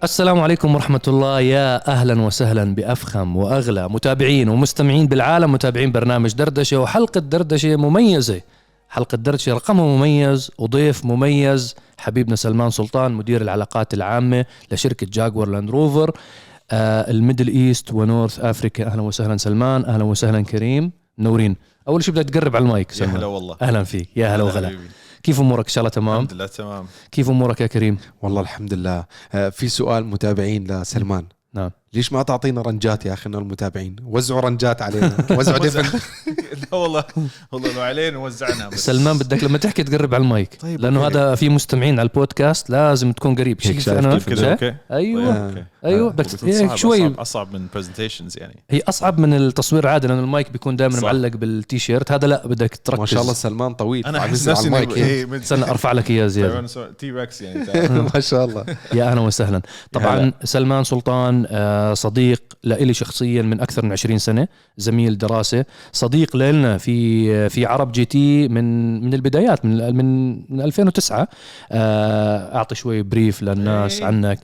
السلام عليكم ورحمة الله. يا أهلا وسهلا بأفخم وأغلى متابعين ومستمعين بالعالم، متابعين برنامج دردشة وحلقة دردشة مميزة. حلقة دردشة رقمها مميز وضيف مميز، حبيبنا سلمان سلطان، مدير العلاقات العامة لشركة جاكور لاند روفر الميدل إيست ونورث أفريكا. أهلا وسهلا سلمان. أهلا وسهلا كريم، نورين. أول شيء بدك تقرب على المايك سلمان. يا هلا والله. أهلا فيك. يا هلا وغلا. كيف أمورك؟ إن شاء الله تمام. الحمد لله تمام. كيف أمورك يا كريم؟ والله الحمد لله. في سؤال متابعين لسلمان. نعم. ليش ما تعطينا رنجات يا أخينا المتابعين؟ وزعوا رنجات علينا. وزعوا دفن. لا والله لو علينا وزعنا بس. سلمان بدك لما تحكي تقرب على المايك، طيب لأنه هذا في مستمعين على البودكاست، لازم تكون قريب. شايف أنا كيف كده؟ اوكي. أيوة أيوة بدك شوي. اصعب من presentations يعني. هي أصعب من التصوير عادي، لأن المايك بيكون دائما معلق بالتيشيرت. هذا لا، بدك تركز. ما شاء الله سلمان طويل. انا احس نفسي استنى ارفع لك اياه زيادة. تي ريكس يعني. ما شاء الله. يا أهلا وسهلا. طبعا سلمان سلطان صديق لإلي شخصيا من أكثر من 20 سنة، زميل دراسة، صديق لنا في عرب جي تي من البدايات، من 2009. أعطي شوي بريف للناس عنك.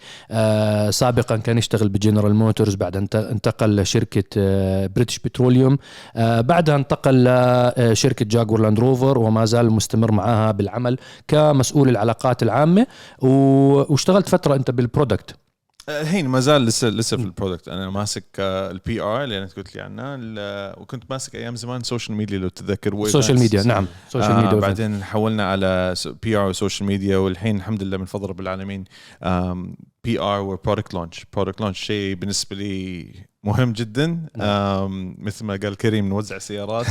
سابقا كان يشتغل بجنرال موتورز، بعد انتقل لشركة بريتش بتروليوم، بعدها انتقل لشركة جاكور لاند روفر، وما زال مستمر معها بالعمل كمسؤول العلاقات العامة. واشتغلت فترة أنت بالبرودكت. الحين ما زال لسه في البرودكت. انا ماسك البي ار اللي انت قلت لي عنها، وكنت ماسك ايام زمان سوشيال ميديا لو تتذكر. سوشيال ميديا، نعم سوشيال ميديا. بعدين حولنا على بي ار وسوشيال ميديا، والحين الحمد لله من فضل رب العالمين بي ار وبرودكت لانش شيء بالنسبه لي مهم جدا. مثل ما قال كريم نوزع سيارات.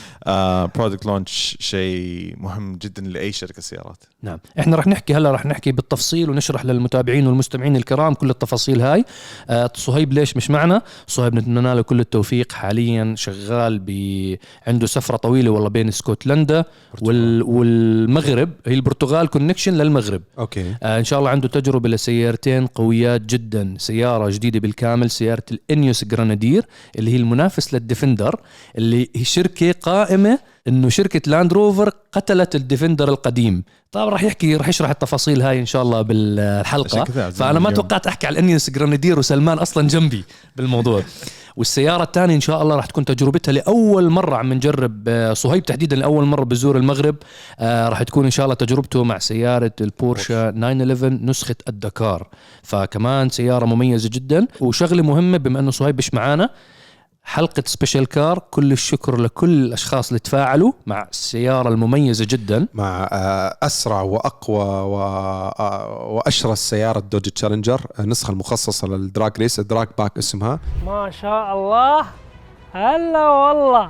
برودكت لانش شيء مهم جدا لاي شركه سيارات. نعم، احنا رح نحكي بالتفصيل ونشرح للمتابعين والمستمعين الكرام كل التفاصيل هاي. صهيب ليش مش معنا؟ صهيب نتمنى له كل التوفيق، حاليا شغال عنده سفرة طويلة والله بين اسكتلندا والمغرب. هي البرتغال كونكشن للمغرب. اوكي. ان شاء الله عنده تجربة لسيارتين قويات جدا، سيارة جديدة بالكامل، سيارة الانيوس جرانادير اللي هي المنافس للديفندر، اللي هي شركة قائمة انه شركة لاند روفر قتلت الديفندر القديم. طبعا راح يشرح التفاصيل هاي ان شاء الله بالحلقة. فانا ما توقعت احكي على الانيوس جرانادير وسلمان اصلا جنبي بالموضوع. والسيارة الثانية إن شاء الله راح تكون تجربتها لأول مرة عم نجرب، صهيب تحديدا لأول مرة بزور المغرب. راح تكون إن شاء الله تجربته مع سيارة البورشا 911 نسخة الدكار، فكمان سيارة مميزة جدا. وشغلة مهمة بما أنه صهيب مش معانا، حلقة سبيشال كار، كل الشكر لكل الأشخاص اللي تفاعلوا مع السيارة المميزة جدا، مع أسرع وأقوى وأشرس السيارة دوج تشالنجر، نسخة المخصصة للدراج ريس، الدراج باك اسمها. ما شاء الله. هلا والله.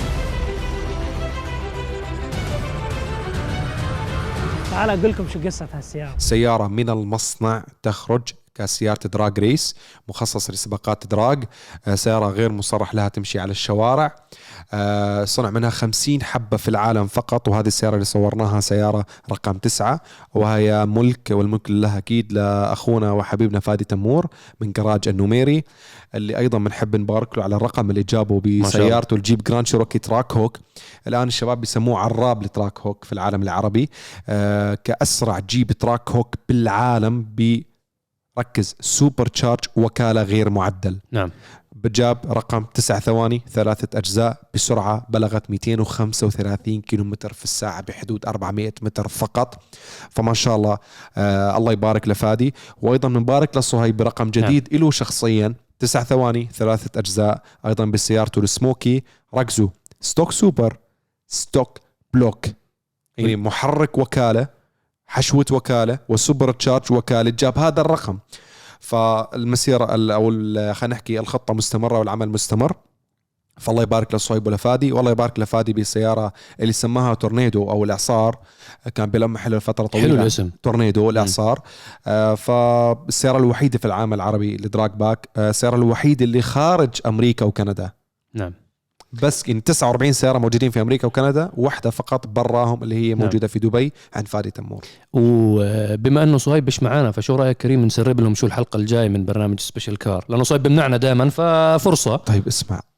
تعال أقول لكم شو قصة هالسيارة. سيارة من المصنع تخرج كسيارة دراج ريس مخصصة لسباقات دراج. سيارة غير مصرح لها تمشي على الشوارع. صنع منها 50 حبة في العالم فقط، وهذه السيارة اللي صورناها سيارة رقم 9، وهي ملك، والملك لله أكيد لأخونا وحبيبنا فادي تمور من جراج النوميري، اللي أيضا بنحب نبارك له على الرقم اللي جابه بسيارته الجيب جراند شيروكي تراك هوك. الآن الشباب بيسموه عراب لتراك هوك في العالم العربي، كأسرع جيب تراك هوك بالعالم. ركز، سوبر تشارج، وكالة غير معدل. نعم. بجاب رقم 9 ثواني 3 أجزاء بسرعة بلغت 235 كيلومتر في الساعة بحدود 400 متر فقط. فما شاء الله. الله يبارك لفادي، وأيضا نبارك لصهيب برقم جديد له شخصيا، 9 ثواني 3 أجزاء أيضا بسيارته السموكي. ركزوا، ستوك سوبر، ستوك بلوك، يعني محرك وكالة، حشوة وكالة، وسوبر تشارج وكالة، جاب هذا الرقم. فالمسيرة أو خلينا نحكي الخطة مستمرة والعمل مستمر. فالله يبارك لصهيب ولفادي، والله يبارك لفادي بالسيارة اللي سماها تورنيدو أو الإعصار، كان بيلمح له فترة طويلة. حلو الاسم، تورنيدو الإعصار. فالسيارة الوحيدة في العالم العربي الدراج باك، السيارة الوحيدة اللي خارج أمريكا وكندا. نعم. بس إن 49 سيارة موجودين في أمريكا وكندا، واحدة فقط براهم اللي هي موجودة في دبي عند فادي تمور. وبما أنه صهيب مش معانا، فشو رأيك كريم نسرب لهم شو الحلقة الجاية من برنامج سبيشال كار، لأنه صهيب بمنعنا دائما ففرصة. طيب اسمع،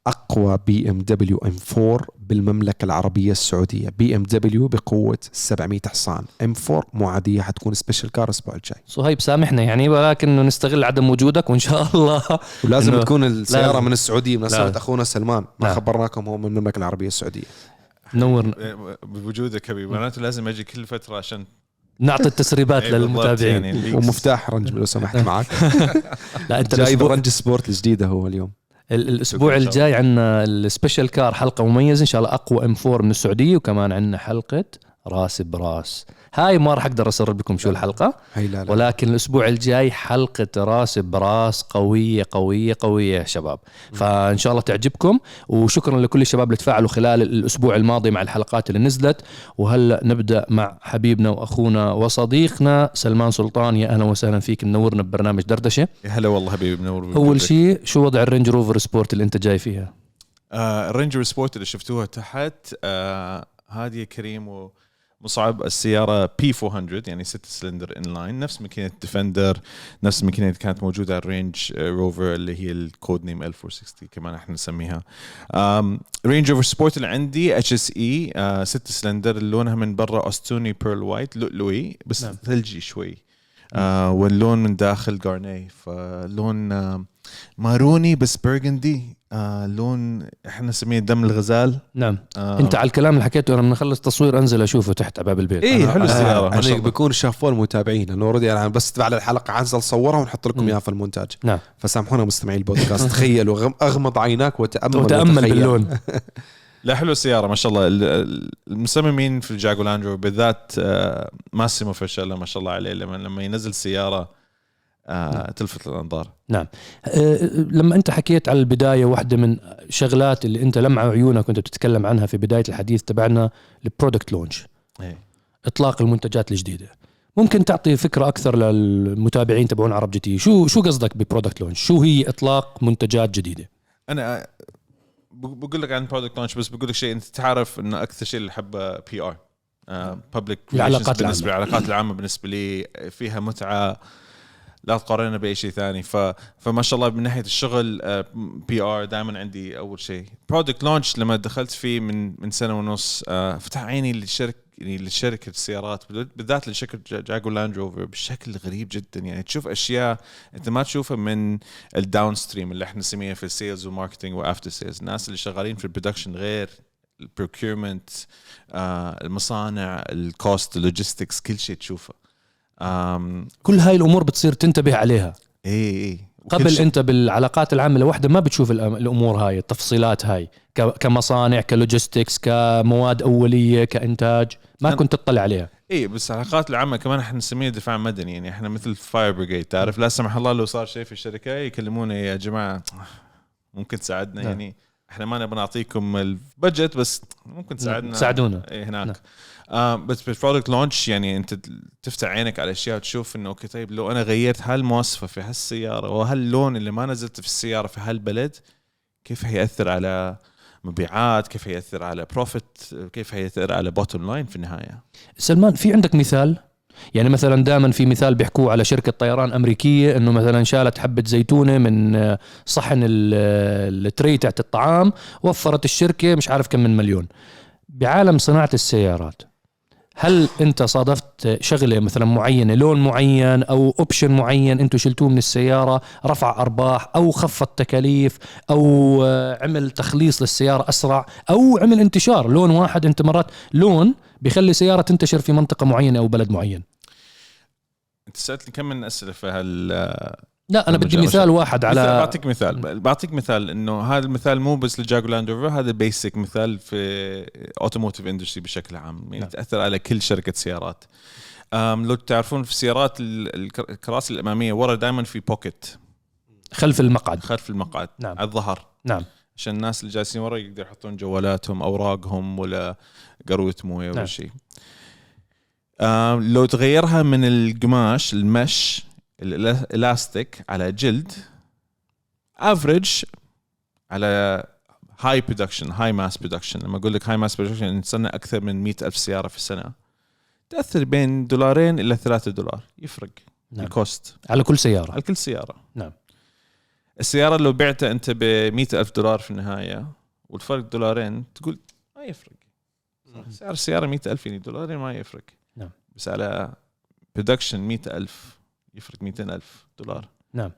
أقوى BMW M4 بالمملكة العربية السعودية. BMW بقوة 700 حصان. M4 مو عادية، حتكون سبيشال كار الأسبوع الجاي. صهيب سامحنا يعني، ولكن نستغل عدم وجودك وإن شاء الله ولازم تكون السيارة لازم. من السعودية، من سنة لا. أخونا سلمان ما نعم. خبرناكم هو من المملكة العربية السعودية. نورنا، بوجودك حبيبي، معناته لازم اجي كل فتره عشان نعطي التسريبات إيه بالضبط للمتابعين يعني. ومفتاح رنج لو سمحت معك. لا أنت جايب الأسبوع, رنج سبورت الجديدة هو اليوم. الأسبوع شكراً إن شاء الجاي عندنا السبيشال كار، حلقة مميزة إن شاء الله، أقوى M4 من السعودية، وكمان عندنا حلقة راس براس. هاي ما راح أقدر أسرب لكم شو الحلقة، هي لا. ولكن الأسبوع الجاي حلقة راس براس قوية قوية قوية يا شباب، فإن شاء الله تعجبكم. وشكرا لكل الشباب اللي تفاعلوا خلال الأسبوع الماضي مع الحلقات اللي نزلت. وهلأ نبدأ مع حبيبنا وأخونا وصديقنا سلمان سلطان. يا أهلا وسهلا فيك، منورنا ببرنامج دردشة. هلا والله حبيبي، منور أول بوجودك. شيء، شو وضع الرينج روفر سبورت اللي أنت جاي فيها؟ الرينجر سبورت اللي شفتوها تحت، هذه كريم ومصعب، السيارة P400 يعني 6 سلندر انلاين، نفس ماكينة ديفندر، نفس الماكينة اللي كانت موجودة على الرينج روفر اللي هي الكود نيم L460 كمان احنا نسميها. رينج روفر سبورت اللي عندي HSE 6 سلندر، لونها من برا أستوني بيرل وايت لؤلؤي بس نعم. ثلجي شوي، واللون من داخل غارني، فلون ماروني بس برغندي، لون احنا نسميه دم الغزال. نعم. انت على الكلام اللي حكيته انا من نخلص تصوير انزل اشوفه تحت باب البيت. ايه حلو السيارة ما شاء الله. بيكون شافوه المتابعين، انا اوريدي انا بس بعد الحلقة عنزل صورها ونحط لكم اياها في المونتاج. نعم. فسامحونا مستمعي البودكاست. تخيلوا اغمض عيناك وتأمل وتأمل باللون. لا حلو السيارة ما شاء الله. المصممين في الجاكو لاند روفر بالذات ماسيمو فيشيلا ما شاء الله عليه، لما ينزل سيارة تلفت الأنظار. نعم. لما أنت حكيت على البداية، واحدة من شغلات اللي أنت لمع عيونك وأنت بتتكلم عنها في بداية الحديث تبعنا البرودكت لونش، إطلاق المنتجات الجديدة. ممكن تعطي فكرة أكثر للمتابعين تبعون عرب جي تي؟ شو قصدك ببرودكت لونش؟ شو هي إطلاق منتجات جديدة؟ أنا بقول لك عن برودكت لونش، بس بقول لك شيء أنت تعرف إنه أكثر شيء اللي حبه PR public relations، بالنسبة للعلاقات العامة بالنسبة لي فيها متعة لا تقارنها بأي شيء ثاني. فما شاء الله من ناحية الشغل PR دائما عندي أول شيء. برودكت لونش لما دخلت فيه من سنة ونص فتح عيني لشركة السيارات، بالذات لشركة جاكو لاند روفر بشكل غريب جدا. يعني تشوف أشياء أنت ما تشوفها من الداون ستريم اللي احنا نسميها في السيلز وماركتينج وآفتر سيلز. الناس اللي شغالين في البرودكشن غير البروكيرمنت، المصانع، الكوست، اللوجيستكس، كل شيء تشوفه. كل هاي الأمور بتصير تنتبه عليها. ايه قبل انت بالعلاقات العامة لوحدة ما بتشوف الأمور هاي، التفصيلات هاي كمصانع، كلوجيستكس، كمواد أولية، كإنتاج، ما كنت تطلع عليها. ايه بس العلاقات العامة كمان احنا نسميه دفاع مدني. يعني احنا مثل فاير بريجيد، تعرف لا سمح الله لو صار شيء في الشركة يكلمونا يا جماعة ممكن تساعدنا. يعني احنا ما نبغى نعطيكم البادجت بس ممكن تساعدونا إيه هناك. بس بالبرودكت لونش يعني انت تفتح عينك على اشياء وتشوف انه اوكي طيب لو انا غيرت هالمواصفة في هالسيارة وهاللون اللي ما نزلت في السيارة في هالبلد، كيف هيأثر على مبيعات، كيف هيأثر على بروفيت، كيف هيأثر على بوتوم لاين في النهاية. سلمان، في عندك مثال؟ يعني مثلا دائما في مثال بيحكوه على شركة طيران أمريكية إنه مثلا شالت حبة زيتونة من صحن التري تاعت الطعام، وفرت الشركة مش عارف كم من مليون. بعالم صناعة السيارات هل أنت صادفت شغلة مثلا معينة، لون معين أو أوبشن معين أنتوا شلتوه من السيارة، رفع أرباح أو خفض تكاليف أو عمل تخليص للسيارة أسرع أو عمل انتشار؟ لون واحد أنت مرات لون بيخلي سيارة تنتشر في منطقة معينة أو بلد معين. أنت سألتني كم من أسئلة في لا أنا بدي مثال واحد على بعطيك مثال إنه هذا المثال مو بس لجاكو لاند روفر، هذا بيسك مثال في automotive industry بشكل عام. يعني تأثر على كل شركة سيارات. لو تعرفون في السيارات الكراسي الأمامية ورا دائما في بوكيت خلف المقعد. نعم. على الظهر. نعم. عشان الناس اللي جالسين ورا يقدروا يحطون جوالاتهم، أوراقهم، ولا قروة موية ولا شيء. لو تغيرها من القماش المش الإلاستيك على جلد average على high production high mass production. لما أقول لك high mass production نصنع أكثر من 100,000 سيارة في السنة، تأثر بين $2 إلى $3 يفرق. نعم. الكوست على كل سيارة. على كل سيارة. نعم. السيارة لو بعتها أنت $100,000 في النهاية والفرق $2 تقول ما يفرق. سعر السيارة $100,000 ما يفرق. نعم. بس على production 100,000 يفرق $200,000. نعم.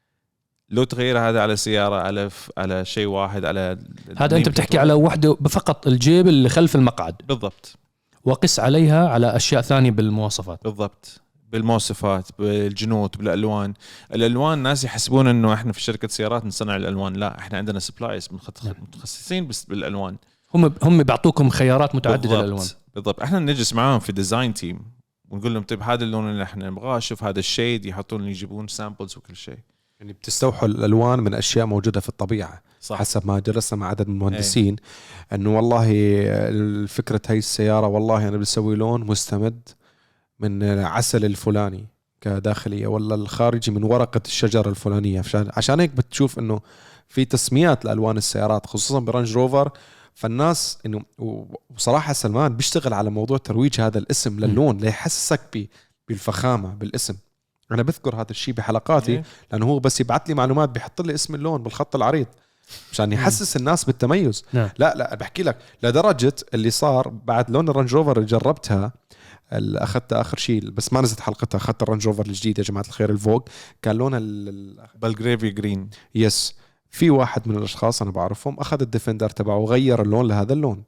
لو تغير هذا على سيارة على شيء واحد على هذا أنت بتحكي على وحدة فقط الجيب اللي خلف المقعد بالضبط. وقس عليها على أشياء ثانية بالمواصفات. بالضبط بالمواصفات بالجنوط بالألوان. الألوان ناس يحسبون إنه إحنا في شركة سيارات نصنع الألوان. لا إحنا عندنا سبلايز متخصصين بس بالألوان. هم بيعطوكم خيارات متعددة للألوان. بالضبط. إحنا نجلس معاهم في ديزاين تيم ونقول لهم طيب هذا اللون اللي إحنا نبغاه شوف هذا الشيد يحطون يجيبون سامبلز وكل شيء. يعني بتستوحوا الألوان من أشياء موجودة في الطبيعة. صح. حسب ما جلسنا مع عدد من المهندسين أنه والله الفكرة هاي السيارة والله أنا بسوي لون مستمد من عسل الفلاني كداخلية ولا الخارجي من ورقة الشجرة الفلانية. عشان هيك بتشوف أنه في تسميات لألوان السيارات خصوصا برانج روفر. فالناس إنه وصراحة سلمان بيشتغل على موضوع ترويج هذا الاسم للون ليحسسك بالفخامة بالاسم. أنا بذكر هذا الشيء بحلقاتي لأنه هو بس يبعث لي معلومات بيحط لي اسم اللون بالخط العريض عشان يحسس الناس بالتميز. لا بحكي لك لدرجة اللي صار بعد لون الرانج روفر اللي جربتها أخذت آخر شيء بس ما نزلت حلقتها. أخذت الرانج روفر الجديد يا جماعة الخير الفوق كان لونها بالجريفي جرين. يس. في واحد من الأشخاص أنا بعرفهم أخذ الديفندر تبعه وغير اللون لهذا اللون.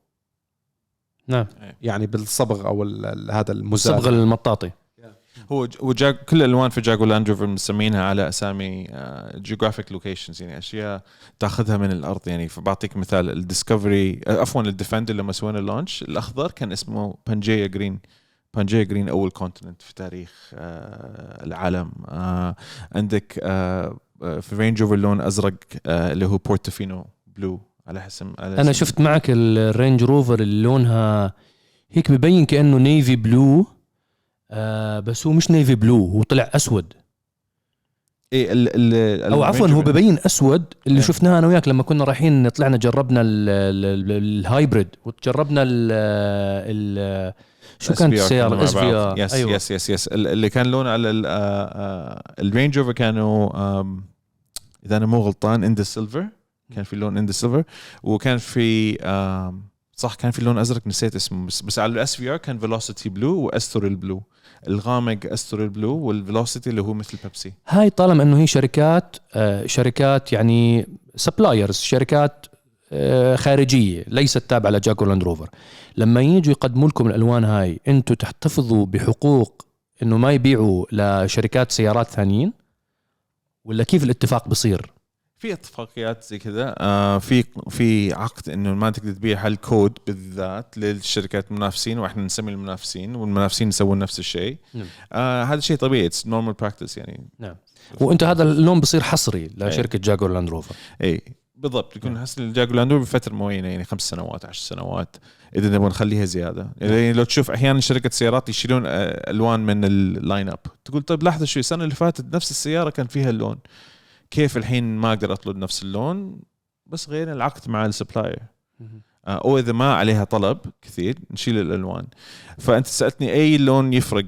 نعم. يعني بالصبغ أو هذا المزاج الصبغ المطاطي. هو كل الألوان في جاكور لاند روفر مسمينها على أسامي geographic locations يعني أشياء تأخذها من الأرض. يعني فبعطيك مثال الديسكفري عفوا الديفندر لما سوينا اللانش الأخضر كان اسمه بانجيا جرين أول كونتيننت في تاريخ العالم. عندك في رينج روفر لون أزرق اللي هو بورتوفينو بلو على حسب أنا شفت معك الرينج روفر اللي لونها هيك ببين كأنه نيفي بلو بس هو مش نيفي بلو هو طلع أسود. أو عفوا هو ببين أسود اللي شفناه أنا وياك لما كنا رايحين طلعنا جربنا الهايبريد وتجربنا شو كانت السيارة SVR. يس اللي كان لون على الرينج روفر كانوا إذا أنا مو غلطان إند سيلفر. كان في لون إند سيلفر وكان في صح كان في لون أزرق نسيت اسمه بس على الSVR كان فيلوسيتي بلو وأستوريل بلو. الغامق أستوريل بلو والفيلوسيتي اللي هو مثل بيبسي. هاي طالما إنه هي شركات يعني سبلايرز شركات خارجية ليست تابعة لجاكور لاند روفر. لما ييجوا يقدموا لكم الألوان هاي أنتوا تحتفظوا بحقوق إنه ما يبيعوا لشركات سيارات ثانيين ولا كيف الاتفاق بصير؟ في اتفاقيات زي كذا. في عقد انه ما تقدر تبيع هالكود بالذات للشركات المنافسين واحنا نسمي المنافسين والمنافسين يسوون نفس الشيء. هذا شيء طبيعي it's normal practice يعني. نعم. وانت هذا اللون بصير حصري لشركة جاكور لاند روفر. اي بالضبط يكون حصري لجاكور لاند روفر بفترة معينة يعني 5 سنوات 10 سنوات اذا نبغى نخليها زيادة. يعني لو تشوف احيانا شركة سيارات يشيلون الوان من اللاين اب تقول طيب لحظة شوي السنة اللي فاتت نفس السيارة كان فيها اللون كيف الحين ما أقدر أطلب نفس اللون بس غير العقد مع السبلاير أو إذا ما عليها طلب كثير نشيل الألوان. فأنت سألتني أي لون يفرق.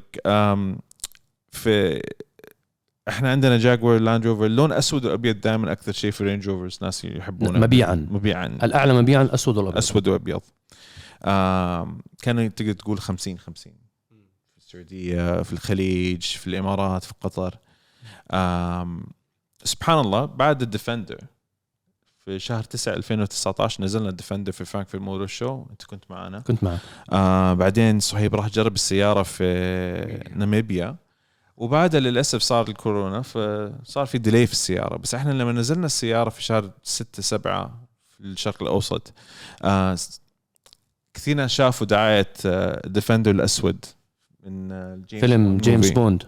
في إحنا عندنا جاكور لاند روفر لون أسود وأبيض دائما أكثر شيء في رينج روفرز ناس يحبونه مبيعا الأعلى مبيعا الأسود والأبيض. أسود وأبيض. كانوا تقدر تقول 50-50 في السعودية في الخليج في الإمارات في قطر. سبحان الله بعد الديفندر في شهر 9 2019 نزلنا الديفندر في فرانكفورت موتور شو. انت كنت معنا. كنت معك. بعدين صهيب راح جرب السيارة في ناميبيا وبعدها للأسف صار الكورونا فصار في ديلي في السيارة. بس احنا لما نزلنا السيارة في شهر 6-7 في الشرق الأوسط كثيرنا شافوا دعاية ديفندر الأسود من فيلم جيمس بوند.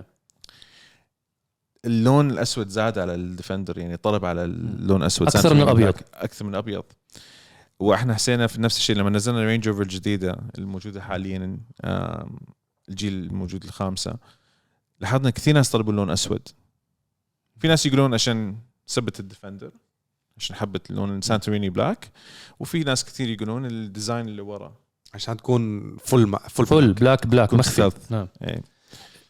اللون الأسود زاد على الديفندر يعني طلب على اللون الأسود أكثر من الأبيض. وإحنا حسينا في نفس الشيء لما نزلنا رينج روفر الجديدة الموجودة حاليا الجيل الموجود الخامسة لاحظنا كثير ناس طلبوا اللون أسود. في ناس يقولون عشان ثبت الديفندر عشان حبت اللون السانتوريني بلاك وفي ناس كثير يقولون الديزاين اللي ورا عشان تكون فل بلاك مخفي. نعم.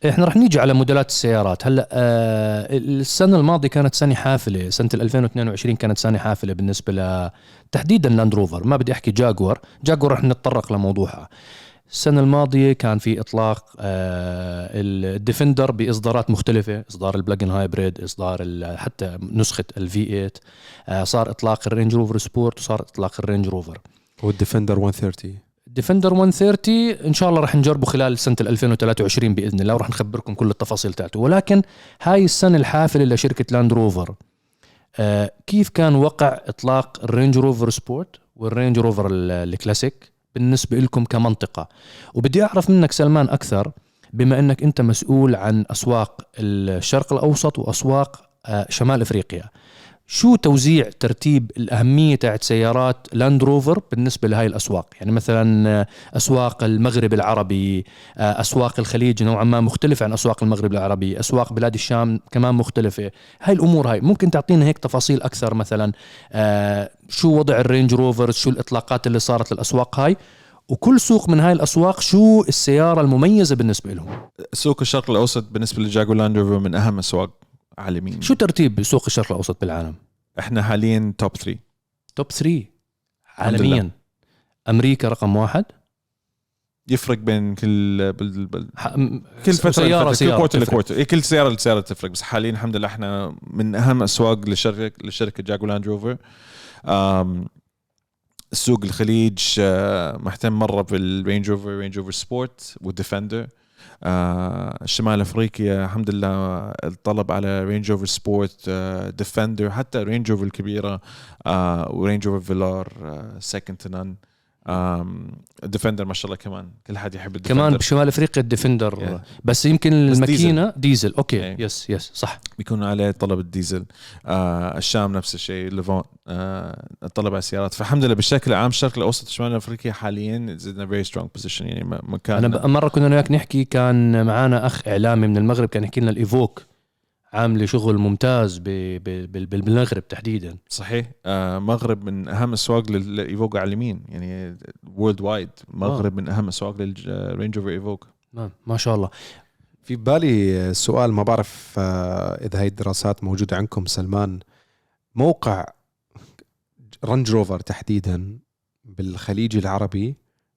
احنا رح نيجي على موديلات السيارات هلا. السنه الماضيه كانت سنه حافله، سنه 2022 كانت سنه حافله بالنسبه تحديدا لاند روفر. ما بدي احكي جاكور رح نتطرق لموضوعها. السنة الماضية كان في إطلاق الديفندر بإصدارات مختلفة، إصدار البلاجن هايبريد، إصدار حتى نسخة الV8. صار إطلاق الرينج روفر سبورت، وصار إطلاق الرينج روفر والديفندر 130. ديفندر 130 إن شاء الله رح نجربه خلال سنة 2023 بإذن الله، ورح نخبركم كل التفاصيل تاعته. ولكن هاي السنة الحافلة لشركة لاند روفر، كيف كان وقع إطلاق الرينج روفر سبورت والرينج روفر الكلاسيك بالنسبة لكم كمنطقة؟ وبدي أعرف منك سلمان أكثر، بما أنك أنت مسؤول عن أسواق الشرق الأوسط وأسواق شمال أفريقيا. شو توزيع ترتيب الأهمية تاعت سيارات لاند روفر بالنسبة لهاي الأسواق؟ يعني مثلا أسواق المغرب العربي، أسواق الخليج نوعا ما مختلفة عن أسواق المغرب العربي، أسواق بلاد الشام كمان مختلفة. هاي الأمور هاي ممكن تعطينا هيك تفاصيل أكثر؟ مثلا شو وضع الرينج روفر، شو الإطلاقات اللي صارت للأسواق هاي، وكل سوق من هاي الأسواق شو السيارة المميزة بالنسبة لهم؟ سوق الشرق الأوسط بالنسبة لجاكور لاند روفر من أهم أسواق عالميا. شو ترتيب سوق الشرق الأوسط بالعالم؟ احنا حاليا توب 3. توب 3 عالميا. أمريكا رقم 1. يفرق بين كل كل فترة سيارة كل كوارتر تفرق. لكوارتر، كل سيارة تفرق. بس حاليا الحمد لله احنا من أهم أسواق لشركة جاكور لاند روفر. السوق الخليج مهتم مرة بالرينج روفر سبورت والديفندر. شمال أفريقيا الحمد لله الطلب على رينج روفر سبورت، ديفندر، حتى رينج روفر الكبيرة، ورينج روفر فيلار سكند تو نان. الديفندر ما شاء الله كمان كل حد يحب الديفندر. كمان بشمال افريقيا الديفندر بس يمكن الماكينه ديزل. اوكي يس صح، بيكون عليه طلب الديزل. الشام نفس الشيء، ليفون الطلب على السيارات. فالحمد لله بشكل عام الشرق الاوسط شمال افريقيا حاليا is in a very strong position. يعني مكان. انا مره كنا وياك نحكي، كان معانا اخ اعلامي من المغرب كان يحكي لنا الايفوك عامل شغل ممتاز بالمغرب تحديدا. صحيح. مغرب من اهم اسواق للايفوك عالميا، يعني وورلد وايد. مغرب من اهم اسواق للرينج اوفر ايفوك. ما شاء الله. في بالي سؤال، ما بعرف اذا هاي الدراسات موجوده عندكم سلمان. موقع رينج روفر تحديدا بالخليج العربي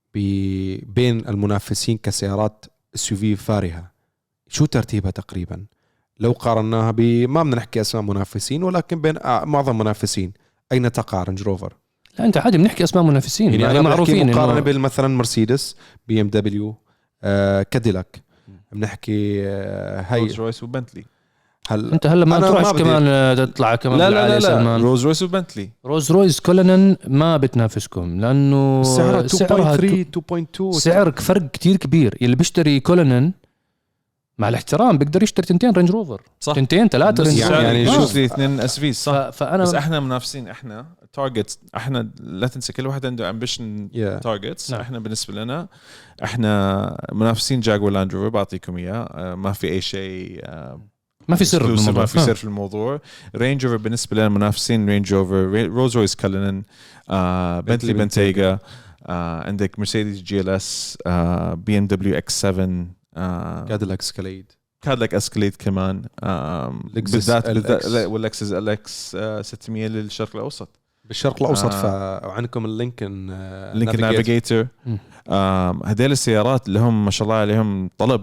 بين المنافسين كسيارات SUV فارهه، شو ترتيبها تقريبا لو قارناها ما بدنا نحكي اسماء منافسين، ولكن بين معظم منافسين اين تقع رينج روفر؟ لا انت عادي بنحكي اسماء منافسين، يعني انا معروفين مقارنه بين مثلا مرسيدس، BMW، كاديلاك، بنحكي هاي روز رويس وبنتلي. انت هلا ما تروحش كمان تطلع كمان لا سلمان. روز رويس وبنتلي. روز رويس كولنن ما بتنافسكم لانه سعرها 2.2 سعر فرق كتير كبير. اللي بيشتري كولنن مع الاحترام بيقدر يشتري 2 رينج روفر، 2 3 رينج روفر. يعني شوف 2 SV صح. فانا بس احنا منافسين، احنا تارجتس، احنا لا تنسى كل واحد عنده امبيشن تارجتس. احنا بالنسبه لنا احنا منافسين جاكور لاند روفر، بعطيكم اياه. ما في اي شيء، ما في سر بالموضوع. ما في سر في الموضوع. رينج روفر بالنسبه لنا منافسين رينج روفر، روز رويس كلنن، بنتلي بنتيجا، عندك مرسيدس GLS، BMW X7، كاديلاك اسكاليد كمان، بالذات واللكسس LX 600 للشرق الاوسط. بالشرق الاوسط. فعندكم اللينكن نافيجيتور. هذيل السيارات اللي هم ما شاء الله عليهم طلب.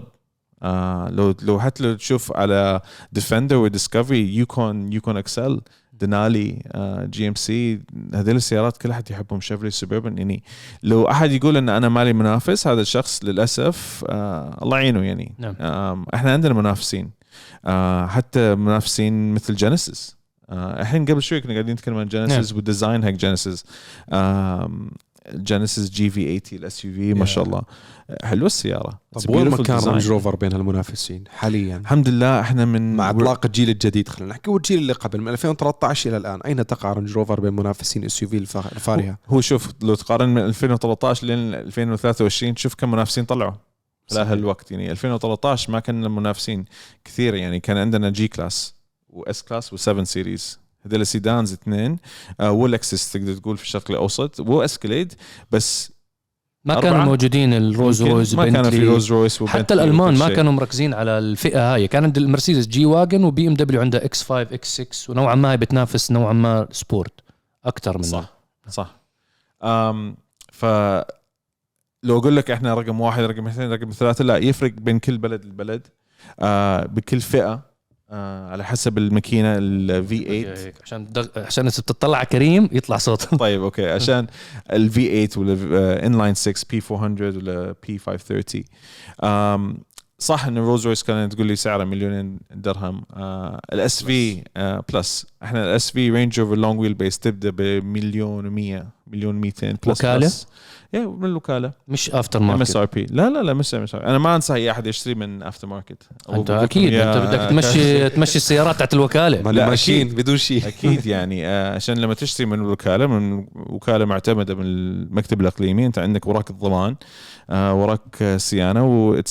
لو حتى لو تشوف على ديفندر وديسكفري، يوكون اكسل، دينالي، GMC، هذيل السيارات كل أحد يحبهم. شيفرولي سوبربن. يعني لو أحد يقول إن أنا مالي منافس، هذا الشخص للأسف الله يعينه. يعني إحنا عندنا منافسين، حتى منافسين مثل جينيسيس. الحين قبل شوي كنا قاعدين نتكلم عن جينيسيس والديزاين حق جينيسيس. جينيسيس GV80 الSUV ما شاء الله حلوة السيارة. طب وين مكان رينج روفر بين المنافسين حاليا؟ الحمد لله احنا مع اطلاق الجيل الجديد، خلينا نحكي والجيل اللي قبل من 2013 الى الان، اين تقع رينج روفر بين منافسين SUV الفارهة؟ هو شوف، لو تقارن من 2013 لين 2023 شوف كم منافسين طلعوا خلال هالوقت. يعني 2013 ما كان منافسين كثير، يعني كان عندنا G كلاس وS كلاس و7 سيريز، هذول سيدانز 2، ولكسس تقدر تقول في الشرق الاوسط، واسكليد. بس ما 4. كانوا موجودين الروز رويس ما كان في روز رويس حتى الألمان ما كانوا مركزين على الفئة هاي. كانت المرسيدس جي واجن وبي ام دبليو عندها اكس 5 اكس 6 ونوعا ما هي بتنافس نوعا ما سبورت أكتر منه. صح. ف لو أقول لك إحنا رقم 1 رقم 2 رقم 3 لا يفرق بين كل بلد البلد بكل فئة على حسب الماكينة ال V8 عشان بتطلع على كريم يطلع صوت. طيب أوكي عشان ال V8 ولا inline 6 P400 ولا P530 صح إن الرولز رويس كانت تقول لي سعره $1,000,000 الاس في بلس احنا الاس في رينج اوفر لونج ويل بيس تبدا ب1,100,000 1,200,000 بلس وكالة؟ من الوكاله مش افتر ام ماركت. اس ار بي لا مش ام اس ار. انا ما انصح اي احد يشتري من افتر ماركت. انت اكيد انت بدك تمشي السيارات تاعت الوكاله. ما ماشيين بدون شيء. اكيد يعني عشان لما تشتري من الوكاله من وكاله معتمده من المكتب الاقليمي انت عندك وراك الضمان وراك صيانه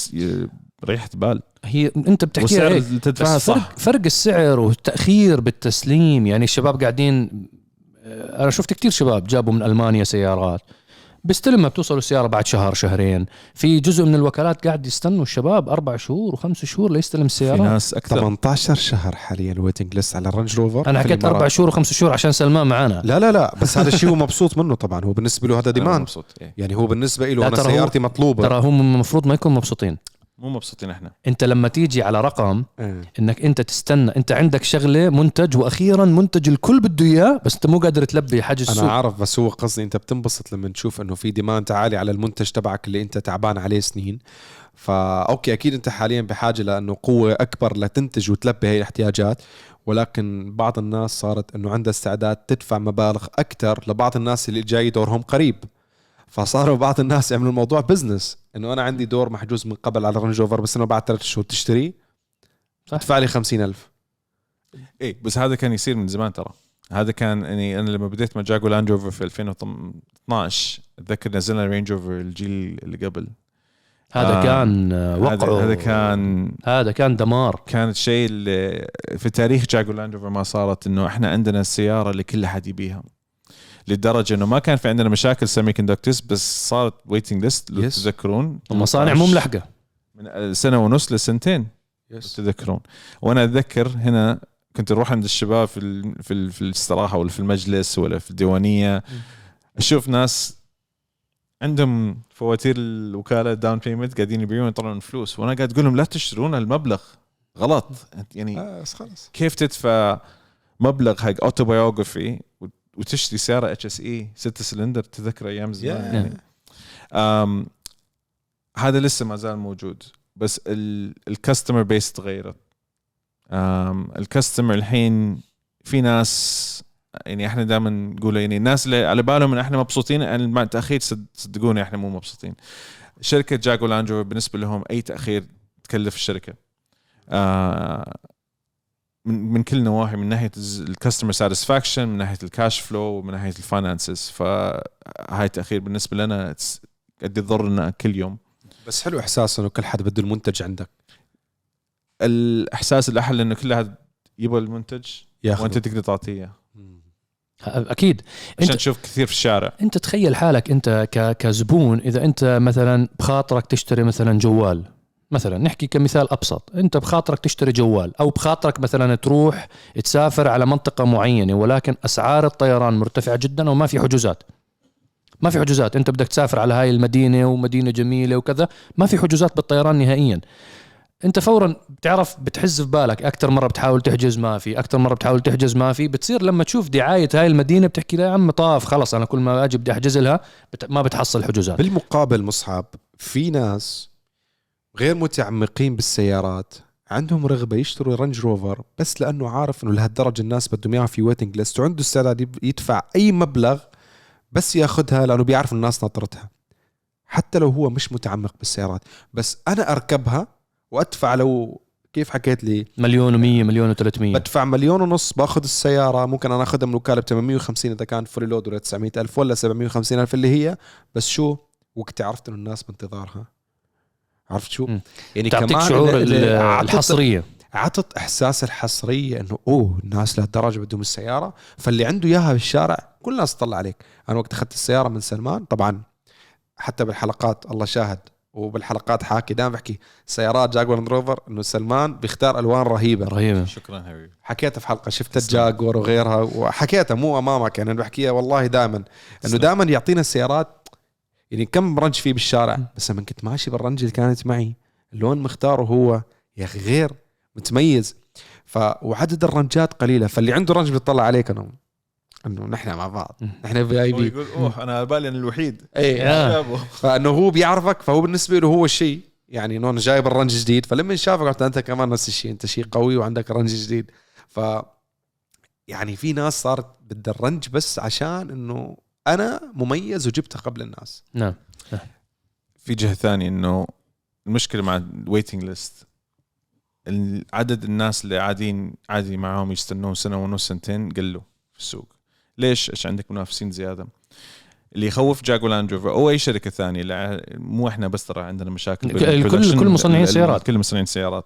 وريحه بال. هي انت بتحكي هيك فرق السعر والتاخير بالتسليم. يعني الشباب قاعدين انا شفت كتير شباب جابوا من المانيا سيارات بيستلمها بتوصل السياره بعد شهر شهرين. في جزء من الوكالات قاعد يستنوا الشباب 4 شهور و5 شهور ليستلم السيارات. في ناس اكثر 18 شهر حاليا الويتنج ليست على الرانج روفر. انا حكيت 4 شهور و5 شهور عشان سلمان معانا. لا بس هذا الشيء هو مبسوط منه طبعا. هو بالنسبه له هذا ديمان يعني هو بالنسبه له انا سيارتي مطلوبه. ترى هم المفروض ما يكونوا مبسوطين. مو مبسوطين احنا. انت لما تيجي على رقم انك انت تستنى انت عندك شغله منتج واخيرا منتج الكل بده اياه بس انت مو قادر تلبي حاجز السوق. انا عارف بس هو قصدي انت بتنبسط لما تشوف انه في ديماند عالي على المنتج تبعك اللي انت تعبان عليه سنين. اوكي اكيد انت حاليا بحاجه لانه قوه اكبر لتنتج وتلبي هاي الاحتياجات. ولكن بعض الناس صارت انه عندها استعداد تدفع مبالغ اكثر لبعض الناس اللي جاي دورهم قريب. فصاروا بعض الناس يعملوا الموضوع بزنس انه انا عندي دور محجوز من قبل على الرانج روفر بس انه بعد 3 شهور تشتري تدفع لي 50,000. ايه بس هذا كان يصير من زمان ترى. هذا كان يعني انا لما بديت مع جاكو لاند روفر في 2012 اتذكر نزلنا رينج روفر الجيل اللي قبل. هذا كان وقعه. هذا كان دمار. كان الشيء اللي في تاريخ جاكو لاند روفر ما صارت انه احنا عندنا السياره اللي كل حد يبيها. للدرجة إنه ما كان في عندنا مشاكل سيمي كوندكتورز بس صارت ويتنج ليست لو تتذكرون. المصانع مو ملحقة من سنة ونص لسنتين تتذكرون. وأنا أتذكر هنا كنت أروح عند الشباب في الاستراحة ولا في المجلس ولا في الديوانية أشوف ناس عندهم فواتير الوكالة داون بيمنت قاعدين يبيعون يطلعون فلوس وأنا قاعد أقول لهم لا تشترون المبلغ غلط. يعني كيف تدفع مبلغ حق أوتوبيوغرافي وتشتري سيارة HSE 6 سلندر تذكر أيام زمان يعني. هذا لسه ما زال موجود بس الكاستمر بيس تغيرت. الكاستمر الحين في ناس يعني احنا دائما نقول يعني الناس اللي على بالهم ان احنا مبسوطين عن مع التأخير صدقوني احنا مو مبسوطين. شركة جاكو لاند روفر بالنسبة لهم اي تأخير تكلف الشركة من كل نواحي من ناحية الكاستمر ساتسفاكشن من ناحية الكاش فلو ومن ناحية الفاينانسز. فهاي التأخير بالنسبة لنا قد يضرنا كل يوم. بس حلو إحساس إنه كل حد بده المنتج عندك. الإحساس الأحلى إنه كل حد يبغى المنتج وأنت تقدر تعطيه. أكيد عشان تشوف كثير في الشارع. أنت تخيل حالك أنت كزبون إذا أنت مثلا بخاطرك تشتري مثلا جوال مثلا نحكي كمثال أبسط. أنت بخاطرك تشتري جوال أو بخاطرك مثلا تروح تسافر على منطقة معينة ولكن أسعار الطيران مرتفعة جدا وما في حجوزات. أنت بدك تسافر على هاي المدينة ومدينة جميلة وكذا ما في حجوزات بالطيران نهائيا. أنت فورا بتعرف بتحز في بالك أكتر مرة بتحاول تحجز ما في بتصير لما تشوف دعاية هاي المدينة بتحكي لا يا عم طاف خلص أنا كل ما أجي بدي أحجز لها ما بتحصل حجوزات. بالمقابل مصعب في ناس غير متعمقين بالسيارات عندهم رغبة يشتروا رانج روفر بس لأنه عارف إنه لهالدرجة الناس بدهم إياها في ويتنج ليست وعنده استعداد يدفع أي مبلغ بس ياخدها لأنه بيعرف الناس ناطرتها حتى لو هو مش متعمق بالسيارات. بس أنا أركبها وأدفع لو كيف حكيت لي 1,100,000 1,300,000 بدفع 1,500,000 باخذ السيارة ممكن أنا أخذها من وكالة ب850 إذا كان فولي لود ولا 900,000 ولا 750,000 اللي هي بس شو وقت عرفت إنه الناس بانتظارها. عرفت شو يعني تعطيك كمان شعور الحصرية. عطت إحساس الحصرية إنه الناس لهالدرجة بدهم السيارة. فاللي عنده إياها بالشارع كل الناس تطلع عليك. أنا وقت أخذت السيارة من سلمان طبعا حتى بالحلقات الله شاهد، وبالحلقات حاكي دائما بحكي سيارات جاكور لاند روفر انه سلمان بيختار الوان رهيبه. شكرا حبيبي. حكيتها في حلقه شفت الجاكور وغيرها، وحكيتها مو امامك يعني بحكيها والله دائما انه دائما يعطينا السيارات يعني كم رنج فيه بالشارع، بس لما كنت ماشي بالرنج اللي كانت معي اللون مختاره هو يا اخي غير متميز. وعدد الرنجات قليله، فاللي عنده رنج بيطلع عليك انه نحن مع بعض، نحن في اي بي، يقول اوه انا بالي انا الوحيد. ايه فانه هو بيعرفك، فهو بالنسبه له هو الشيء يعني انه انا جايب الرنج جديد، فلما شافك قلت انت كمان نفس الشيء، انت شيء قوي وعندك رنج جديد. ف يعني في ناس صارت بدها الرنج بس عشان انه انا مميز وجبتها قبل الناس. نعم. في جهه ثانيه انه المشكله مع الويتنج ليست، عدد الناس اللي عادي معهم يستنون سنه ونص سنتين قلوا في السوق. ليش؟ عشان عندك منافسين زياده. اللي يخوف جاكور لاند روفر او اي شركه ثانيه، مو احنا بس ترى عندنا مشاكل كل مصنعين السيارات، كل مصنعين السيارات.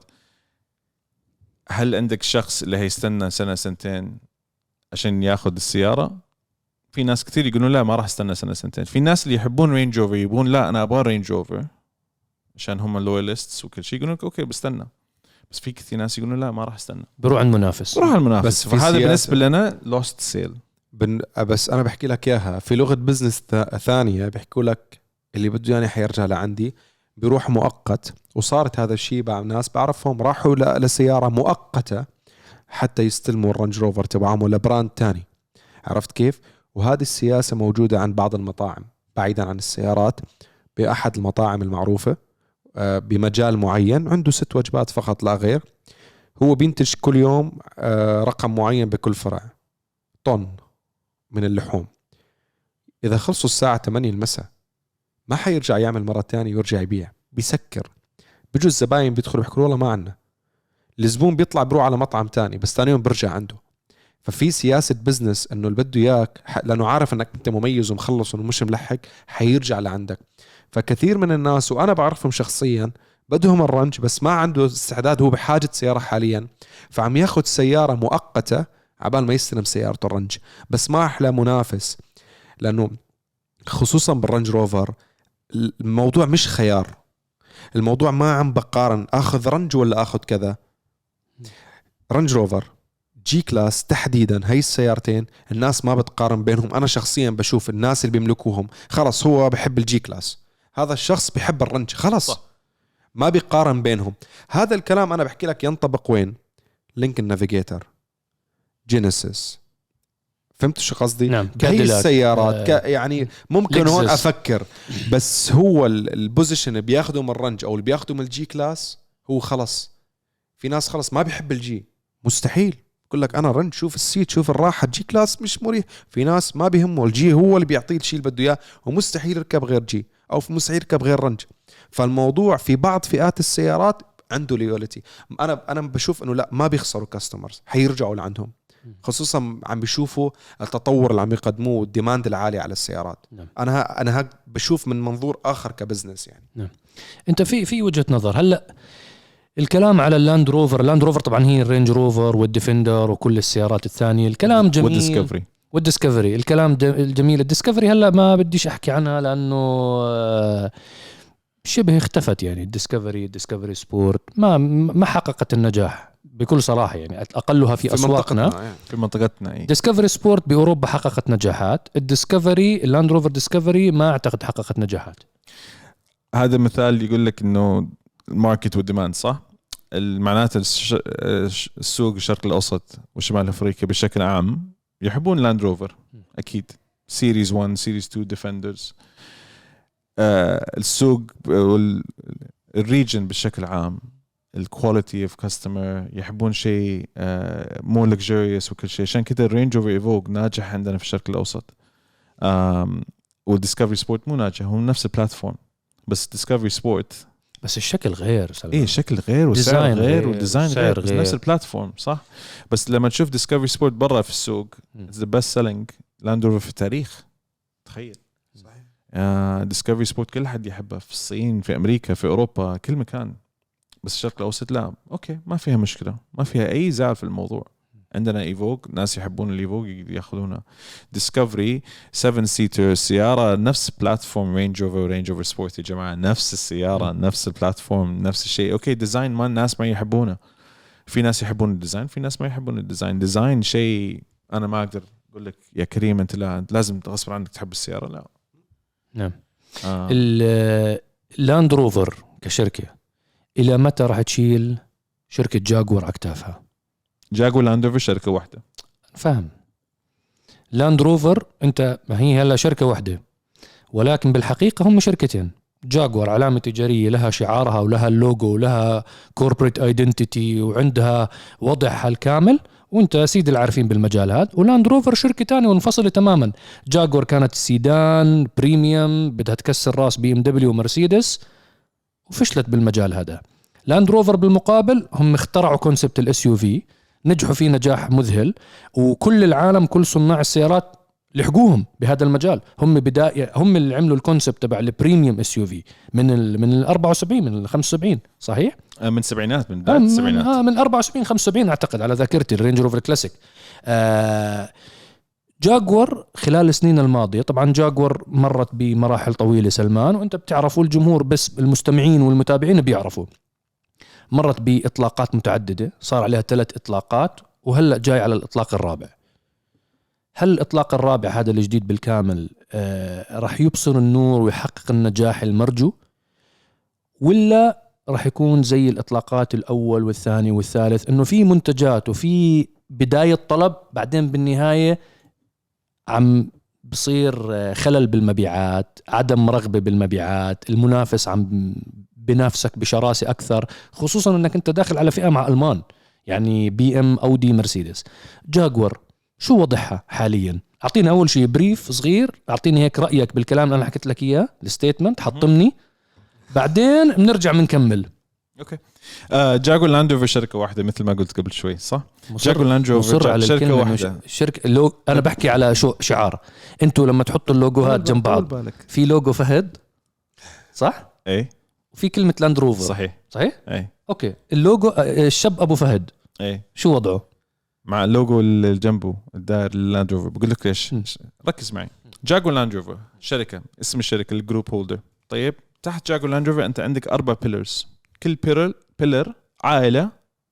هل عندك شخص اللي هيستنى سنه سنتين عشان ياخذ السياره؟ في ناس كثير يقولون لا ما راح استنى سنه سنتين. في ناس اللي يحبون رينج روفر يبون لا انا ابغى رينج روفر عشان هم اللوياليستس وكل شيء، يقولون اوكي بستنى. بس في كثير ناس يقولون لا ما راح استنى، بروح عند منافس، بروح المنافس. بس فهذا بالنسبه لنا لوست سيل. بس انا بحكي لك اياها في لغه بزنس ثانيه، بيحكوا لك اللي بده يعني حيرجع لعندي بيروح مؤقت. وصارت هذا الشيء بعض ناس بعرفهم راحوا لسياره مؤقته حتى يستلموا الرنج روفر تبعهم ولا براند تاني. عرفت كيف؟ وهذه السياسه موجوده عند بعض المطاعم بعيدا عن السيارات. باحد المطاعم المعروفه بمجال معين عنده 6 وجبات فقط لا غير، هو بينتج كل يوم رقم معين بكل فرع، طن من اللحوم. إذا خلصوا الساعة 8 المساء ما حيرجع يعمل مرة تانية ويرجع يبيع، بيسكر. بيجوا الزباين بيدخلوا بيحكوا والله ما عنا. الزبون بيطلع بيروح على مطعم تاني بس تاني يوم برجع عنده. ففي سياسة بزنس انه اللي بده اياك لانه عارف انك انت مميز ومخلص ومش ملحق حيرجع لعندك. فكثير من الناس وانا بعرفهم شخصيا بدهم الرنج بس ما عنده استعداد، هو بحاجة سيارة حاليا فعم ياخد سيارة مؤقتة عبال ما يستلم سيارته الرنج. بس ما أحلى منافس، لأنه خصوصا بالرنج روفر الموضوع مش خيار، الموضوع ما عم بقارن أخذ رنج ولا أخذ كذا. رنج روفر جي كلاس تحديدا هاي السيارتين الناس ما بتقارن بينهم. أنا شخصيا بشوف الناس اللي بيملكوهم خلص هو بحب الجي كلاس، هذا الشخص بيحب الرنج خلص ما بيقارن بينهم. هذا الكلام أنا بحكي لك ينطبق وين؟ لينكن نافيجيتر، جينيسيس. فهمت شو قصدي؟ نعم. هي السيارات يعني ممكن هون أفكر، بس هو البوزيشن اللي بياخده من الرنج أو اللي بياخده من الجي كلاس هو خلص. في ناس خلص ما بيحب الجي، مستحيل يقول لك أنا رنج شوف السيت شوف الراحة، الجي كلاس مش مريح. في ناس ما بيهمه الجي، هو اللي بيعطيه الشيء اللي بده إياه ومستحيل يركب غير جي أو مستحيل يركب غير رنج. فالموضوع في بعض فئات السيارات عنده ليولتي. انا بشوف انه لا ما بيخسروا كاستمرز، حيرجعوا لعندهم، خصوصا عم بيشوفوا التطور اللي عم يقدموه والديماند العالي على السيارات. نعم. انا بشوف من منظور اخر كبزنس يعني. نعم. انت في وجهة نظر هلا الكلام على اللاند روفر طبعا هي الرينج روفر والديفندر وكل السيارات الثانية، الكلام جميل والديسكفري الكلام الجميل. الديسكفري هلا ما بديش احكي عنها لانه شبه اختفت يعني. الديسكفري سبورت ما حققت النجاح بكل صراحة يعني، أقلها في أسواقنا في منطقتنا. ديسكفري سبورت بأوروبا حققت نجاحات، الديسكفري اللاند روفر ديسكفري ما أعتقد حققت نجاحات. هذا مثال يقول لك إنه الماركت والديماند صح؟ معناته السوق الشرق الأوسط وشمال أفريقيا بشكل عام يحبون لاند روفر أكيد، سيريز 1 سيريز 2 ديفندرز. السوق والريجن بشكل عام الكواليتي اوف كاستمر يحبون شيء مور لكجوريوس وكل شيء. عشان كده الرينج اوفر ايفوك ناجح عندنا في الشرق الاوسط، والديسكفري سبورت مو ناجح، هم نفس البلاتفورم بس ديسكفري سبورت بس الشكل غير سلمان. الشكل غير والسعر غير والديزاين غير بس نفس البلاتفورم صح. بس لما تشوف ديسكفري سبورت برا في السوق ذا بيست سيلينج لاند روفر في التاريخ. تخيل ديسكفري سبورت كل حد يحبها في الصين في أمريكا في أوروبا كل مكان. بس الشرق الأوسط لا، أوكي ما فيها مشكلة، ما فيها أي زعل في الموضوع. عندنا ايفوك، ناس يحبون الايفوك ياخذونها. ديسكفري 7 سيتر سياره نفس بلاتفورم رينج اوفر ورينج اوفر سبورت يا جماعه، نفس السياره نفس البلاتفورم نفس الشيء. اوكي ديزاين ما الناس ما يحبونه، في ناس يحبون الديزاين في ناس ما يحبون الديزاين. ديزاين شيء انا ما اقدر اقول لك يا كريم انت لا انت لازم غصب عنك تحب السياره، لا. نعم. اللاند روفر كشركه الى متى راح تشيل شركه جاكور على كتافها؟ جاكور لاند روفر شركه واحده، فاهم. لاند روفر انت ما هي هلا شركه واحده، ولكن بالحقيقه هم شركتين. جاكور علامه تجاريه لها شعارها ولها اللوجو ولها كوربريت ايدنتيتي وعندها وضعها الكامل، وانت سيد العارفين بالمجال هذا. ولاند روفر شركه تانية منفصله تماما. جاكور كانت السيدان بريميوم بدها تكسر راس بي ام دبليو ومرسيدس وفشلت بالمجال هذا. لاند روفر بالمقابل هم اخترعوا كونسبت الاس يو في، نجحوا فيه نجاح مذهل، وكل العالم كل صناع السيارات لحقوهم بهذا المجال. هم بداية هم اللي عملوا الكونسبت تبع البريميوم اس يو في من ال 74 من ال 75 صحيح؟ من السبعينات، من بدايه السبعينات، من 74 75 اعتقد على ذاكرتي. الرينج روفر كلاسيك. جاكور خلال السنين الماضية، طبعا جاكور مرت بمراحل طويلة سلمان، وانت بتعرفوا الجمهور بس المستمعين والمتابعين بيعرفوا، مرت بإطلاقات متعددة، صار عليها 3 إطلاقات وهلأ جاي على الإطلاق الرابع. هل الإطلاق الرابع هذا الجديد بالكامل راح يبصر النور ويحقق النجاح المرجو، ولا راح يكون زي الإطلاقات الأول والثاني والثالث إنه في منتجات وفي بداية طلب بعدين بالنهاية عم بصير خلل بالمبيعات، عدم رغبة بالمبيعات، المنافس عم بنافسك بشراسة أكثر، خصوصا أنك أنت داخل على فئة مع ألمان يعني بي ام أودي مرسيدس. جاكور شو وضعها حاليا؟ أعطينا أول شيء بريف صغير، أعطيني هيك رأيك بالكلام اللي أنا حكيت لك إياه، الستيتمنت حطمني، بعدين بنرجع بنكمل. اوكي. جاكور لاند روفر شركه واحده مثل ما قلت قبل شوي صح؟ جاكور لاند مصر روفر على شركه واحده. شركه لو انا بحكي على شو شعار. انتوا لما تحطوا اللوجوهات جنب بعض في لوجو فهد صح؟ اي. وفي كلمه لاند روفر صحيح. اي. اوكي اللوجو الشاب ابو فهد اي شو وضعه مع اللوجو اللي جنبه الدائر اللاند روفر؟ بقول لك ليش، ركز معي. جاكور لاند روفر شركه، اسم الشركه الجروب هولدر. طيب تحت جاكور لاند روفر انت عندك 4 بيلرز، كل بيلر عائله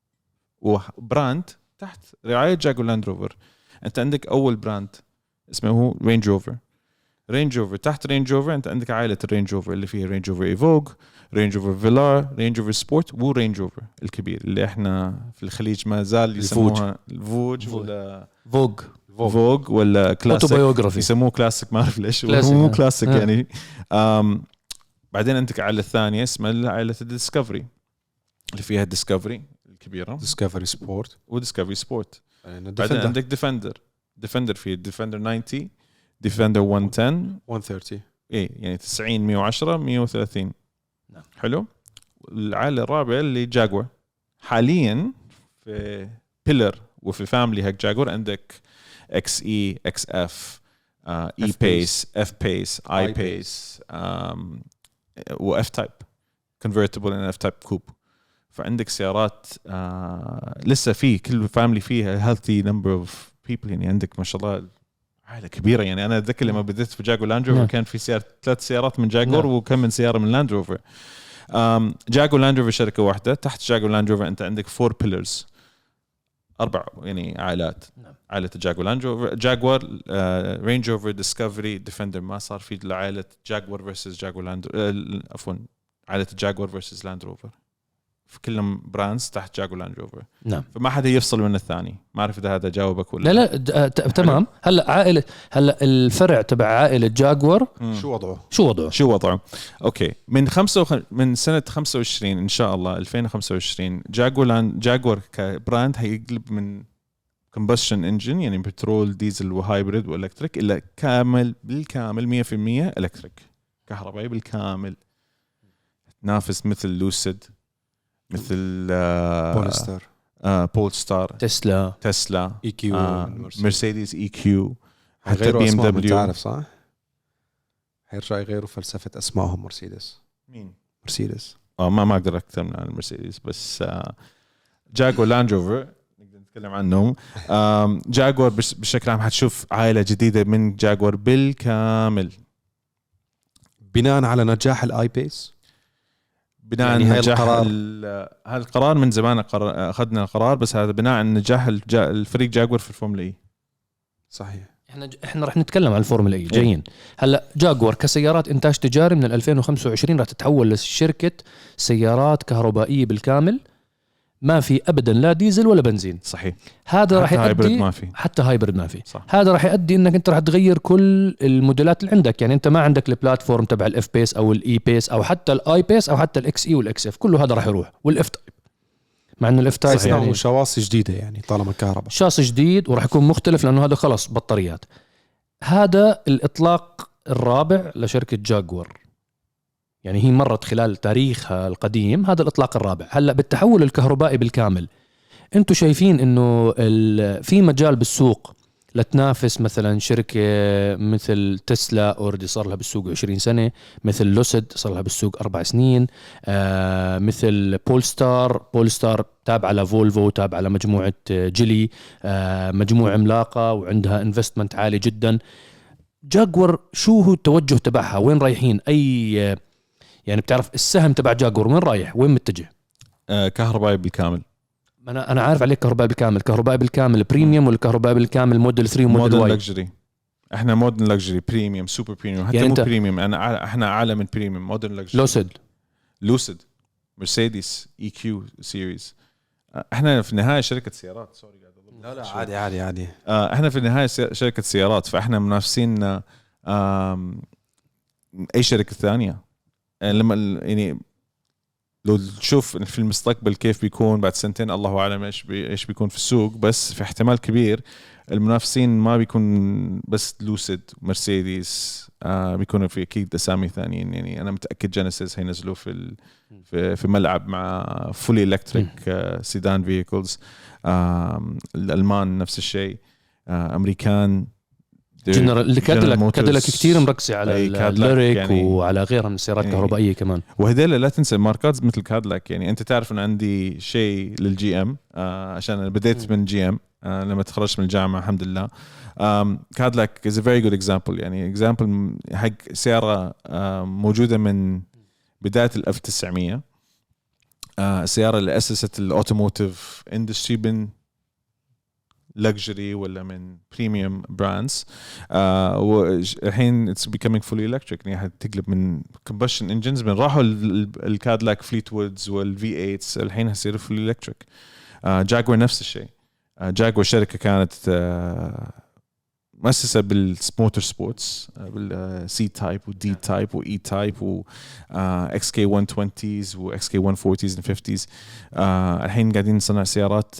وبراند تحت رعايه جاكور لاند روفر. انت عندك اول براند اسمه هو رينج روفر. رينج روفر تحت رينج روفر انت عندك عائله الرينج روفر اللي فيها رينج روفر ايفوك، رينج روفر فيلار، رينج روفر سبورت، ورينج روفر الكبير اللي احنا في الخليج ما زال يسموها الفوج ولا فوج ولا كلاسيك، يسموه كلاسيك ما اعرف ليش، هو مو كلاسيك يعني. بعدين عندك عائله ثانيه اسمها عائله الديسكفري اللي فيها ديسكفري الكبيره، ديسكفري سبورت وديسكفري سبورت. بعدين عندك ديفندر في ديفندر 90، ديفندر 130 ايه يعني 90 110 130. نعم. حلو. العائله الرابعه اللي جاكور حاليا في بيلر وفي فاميلي هيك جاكور عندك اكس اي، اكس اف، اي بيس، اف بيس، اي بيس، واف تايب كونفرتبل ان اف تايب كوب. فعندك سيارات لسه في كل فاميلي فيها هيلثي نمبر اوف بيبل، يعني عندك ما شاء الله عائله كبيره. يعني انا اتذكر لما بديت في جاكور لاند روفر كان في 3 سيارات من جاكور وكم من سياره من لاند روفر. جاكور لاند روفر شركه واحده. تحت جاكور لاند روفر انت عندك 4 بيلرز، 4 يعني عائلات. عائله جاكور لاند روفر، جاكور، رينج روفر، ديسكفري، ديفندر. ما صار في عائله جاكور فيرسز جاكور لاند، عفوا عائله جاكور فيرسز لاند روفر، في كلهم براندز تحت جاكور لاند روفر. نعم. فما حدا يفصل من الثاني. ما اعرف اذا هذا جاوبك ولا لا تمام. هلا الفرع تبع عائله جاكور شو وضعه؟ اوكي. من سنه 25 ان شاء الله 2025 جاكور كبراند هيقلب من كومبشن انجن يعني بترول ديزل وهايبريد والكتريك الى بالكامل 100% الكتريك كهربائي بالكامل. تنافس مثل لوسيد، مثل بولستار، تسلا، اي كيو، مرسيدس اي كيو، حتى غيروا بي ام اسمائهم. دبليو. تعرف صح؟ هيرجع يغيروا فلسفة اسمائهم. مرسيدس ما ما اقدر اكتب عن المرسيدس. بس جاكور لاند روفر نقدر نتكلم عنهم. جاكور بشكل عام حتشوف عائلة جديدة من جاكور بالكامل بناء على نجاح الاي بيس. بناء يعني على هاي نجاح القرار. هذا القرار من زمان أخذنا القرار، بس هذا بناء على نجاح الفريق جاكور في الفورمولا اي. صحيح. احنا رح نتكلم عن الفورمولا اي جايين. هلا جاكور كسيارات انتاج تجاري من 2025 رح تتحول لشركه سيارات كهربائيه بالكامل، ما في ابدا لا ديزل ولا بنزين. صحيح. هذا رح هايبرد يؤدي ما في. حتى هايبرد ما في. صح. هذا رح يؤدي انك انت رح تغير كل الموديلات اللي عندك. يعني انت ما عندك البلاتفورم تبع الاف بيس او الاي بيس او حتى الاي بيس او حتى الاكس اي والاكس اف، كله هذا رح يروح. والاف تايب، مع انه الاف تايب يعني يعني شواصي جديده يعني طالما كهرباء. شاص جديد وراح يكون مختلف لانه هذا خلص بطاريات. هذا الاطلاق الرابع لشركه جاكور، يعني هي مرت خلال تاريخها القديم هذا الاطلاق الرابع. هلا بالتحول الكهربائي بالكامل انتم شايفين انه في مجال بالسوق لتنافس مثلا شركه مثل تسلا اوريدي صار لها بالسوق 20 سنه، مثل لوسيد صار لها بالسوق 4 سنين، مثل بولستار تابعه لفولفو، تابعه لمجموعه جيلي، مجموعه عملاقه وعندها انفستمنت عالي جدا. جاكور شو هو التوجه تبعها؟ وين رايحين؟ اي يعني بتعرف السهم تبع جاكور وين رايح؟ وين متجه؟ كهربائي بالكامل. انا عارف عليك كهرباء بالكامل. كهرباء بالكامل بريميوم ولا كهرباء بالكامل موديل 3 وموديل واي؟ لكجري. احنا مودرن لكجري بريميوم سوبر بريميوم، حتى يعني مو أنت بريميوم، احنا اعلى من بريميوم. مودرن لكجري. لوسيد مرسيدس اي كيو سيريز. احنا في النهايه شركه سيارات. سوري قاعد لا عادي. احنا في النهايه شركه سيارات، فاحنا منافسين اي شركه ثانيه. لما يعني لو تشوف في المستقبل كيف بيكون بعد سنتين، الله اعلم ايش بيكون في السوق، بس في احتمال كبير المنافسين ما بيكون بس لوسيد مرسيدس، بيكونوا في اكيد اسامي ثانيين. يعني انا متاكد جينيسيس هينزلوا في ملعب مع فولي الكتريك سيدان فييكلز. الالمان نفس الشيء، امريكان جنرال كاديلاك كتير مركزة على الليريك يعني، وعلى غيرها من السيارات يعني الكهربائية كمان. وهذيلا لا تنسى ماركات مثل كاديلاك. يعني انت تعرف ان عندي شيء للجي ام، عشان انا بديت من جي ام لما تخرجت من الجامعة الحمد لله. كاديلاك is a very good example. يعني example حق سيارة موجودة من بداية 1900. السيارة اللي أسست الأوتوموتيف إندستري من luxury ولا من premium brands. والحين it's becoming fully electric. يعني هتقلب من combustion engines، من راحوا الكادلاك فليتوودز والV8 الحين هيصير fully electric. جاكور نفس الشيء. جاكور شركة كانت مؤسسة بالموتور سبورتس، بالسي تايب ودي تايب واي تايب واكس كي 120s واكس كي 140s and 50s. الحين قاعدين نصنع سيارات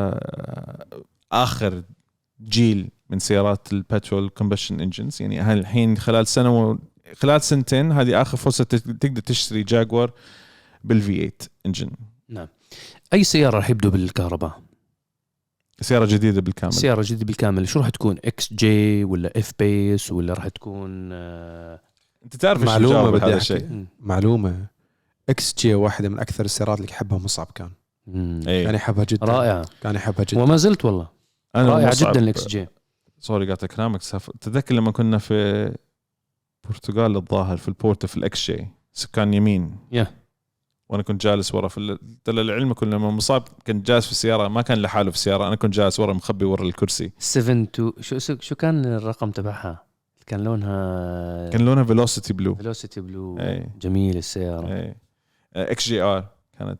آخر جيل من سيارات البترول كومبشن انجنز. يعني الحين خلال سنتين هذه آخر فرصة تقدر تشتري جاكور بالV8 انجن. نعم. أي سيارة رح يبدو بالكهرباء؟ سيارة جديدة بالكامل. سيارة جديدة بالكامل. شو رح تكون؟ اكس جي ولا اف بيس ولا رح تكون انت تعرف معلومة بهذا الشيء؟ معلومة اكس جي واحدة من أكثر السيارات اللي يحبها مصعب. كان يحبها جدا. رائعة. كان يحبها جدا وما زلت والله رائعة جدا الاكس جي. سوري قاطع كلامك. تذكر لما كنا في البرتغال الظاهر في البورتو في الاكس جي سكان يمين وانا كنت جالس ورا في العلم. كل لما مصاب كنت جالس في السياره، ما كان لحاله في السياره، انا كنت جالس ورا مخبي ورا الكرسي. 72 شو كان الرقم تبعها؟ كان لونها فيلوسيتي بلو. جميل السياره. اكس جي ار كانت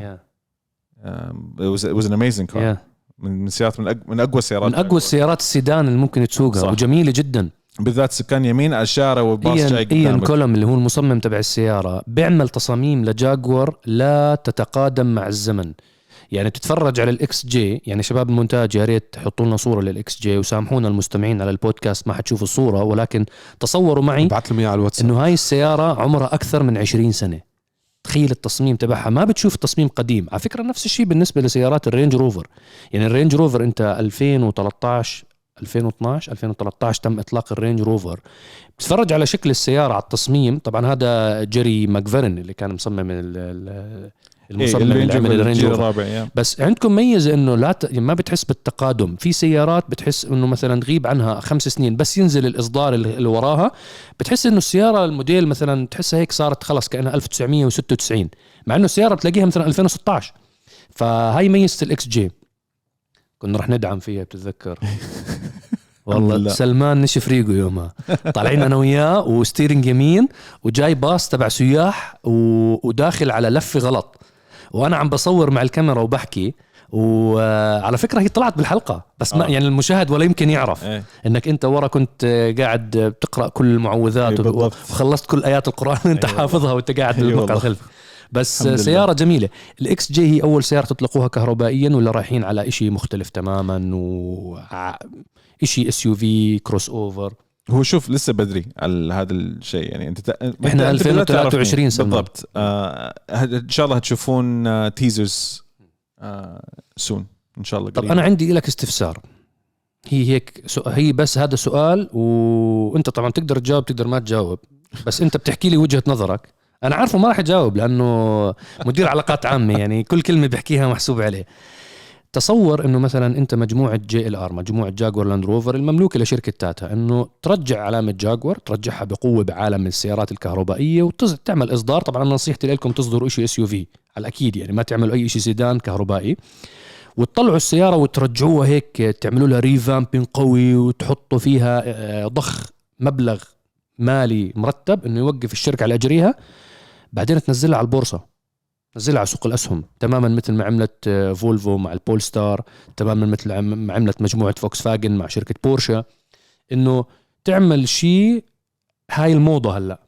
it was an amazing car. من سيارات من اقوى السيارات، من اقوى السيارات السيدان اللي ممكن تسوقها. صح. وجميله جدا بالذات سكان يمين على الشارع والباص جاي قدامك. إيان كولوم اللي هو المصمم تبع السيارة بيعمل تصاميم لجاكور لا تتقادم مع الزمن. يعني تتفرج على الاكس جي، يعني شباب المونتاج يا ريت تحطوا لنا صورة للاكس جي، وسامحونا المستمعين على البودكاست ما حتشوفوا الصورة، ولكن تصوروا معي بعت لهم اياها على الواتساب انه هاي السيارة عمرها اكثر من 20 سنة. تخيل التصميم تبعها، ما بتشوف تصميم قديم. على فكرة نفس الشيء بالنسبة لسيارات الرينج روفر. يعني الرينج روفر انت 2013 تم إطلاق الرينج روفر. بتتفرج على شكل السيارة على التصميم. طبعا هذا جيري ماكفيرن اللي كان مصمم المصمم اللي عمل الرينج روفر. الرابع. بس عندكم ميزة انه ما بتحس بالتقادم. في سيارات بتحس انه مثلا تغيب عنها 5 سنين بس ينزل الاصدار اللي وراها، بتحس انه السيارة الموديل مثلا تحسها هيك صارت خلص كأنها 1996، مع انه السيارة تلاقيها مثلا 2016. فهاي ميزة الاكس جي، كنا رح ندعم فيها بتتذكر. والله سلمان نشف ريقه يومها، طالعين انا وياه وستيرنج يمين وجاي باص تبع سياح وداخل على لفة غلط، وانا عم بصور مع الكاميرا وبحكي. وعلى فكرة هي طلعت بالحلقة بس ما يعني المشاهد ولا يمكن يعرف انك انت ورا كنت قاعد بتقرأ كل المعوذات وخلصت كل آيات القرآن انت حافظها وانت قاعد بالمقعد الخلفي. بس سيارة جميلة. الاكس جي هي اول سيارة تطلقوها كهربائيا ولا رايحين على اشي مختلف تماما اشي اس يو في كروس اوفر؟ هو شوف لسه بدري على هذا الشيء يعني. احنا 2023 بالضبط. ان شاء الله هتشوفون تيزرز سون ان شاء الله. طب انا عندي لك استفسار، هي هيك هي بس هذا سؤال وانت طبعا تقدر تجاوب تقدر ما تجاوب، بس انت بتحكي لي وجهة نظرك. انا عارفه ما راح يجاوب لانه مدير علاقات عامة يعني كل كلمة بحكيها محسوب عليه. تصور انه مثلا انت مجموعة جي ال ار، مجموعة جاكور لاند روفر المملوكة لشركة تاتا، انه ترجع علامة جاكور، ترجعها بقوة بعالم السيارات الكهربائية وتعمل اصدار. طبعا نصيحتي لكم تصدروا اشي اس يو في على الاكيد، يعني ما تعملوا اي شيء سيدان كهربائي، وتطلعوا السيارة وترجعوها هيك تعملوا لها ريفامبين قوي وتحطوا فيها ضخ مبلغ مالي مرتب انه يوقف الشركة على اجريها، بعدين تنزلها على البورصة، نزلها على سوق الأسهم تماما مثل ما عملت فولفو مع البولستار، تماما مثل ما عملت مجموعة فوكس فاجن مع شركة بورشا، إنه تعمل شيء هاي الموضة هلأ.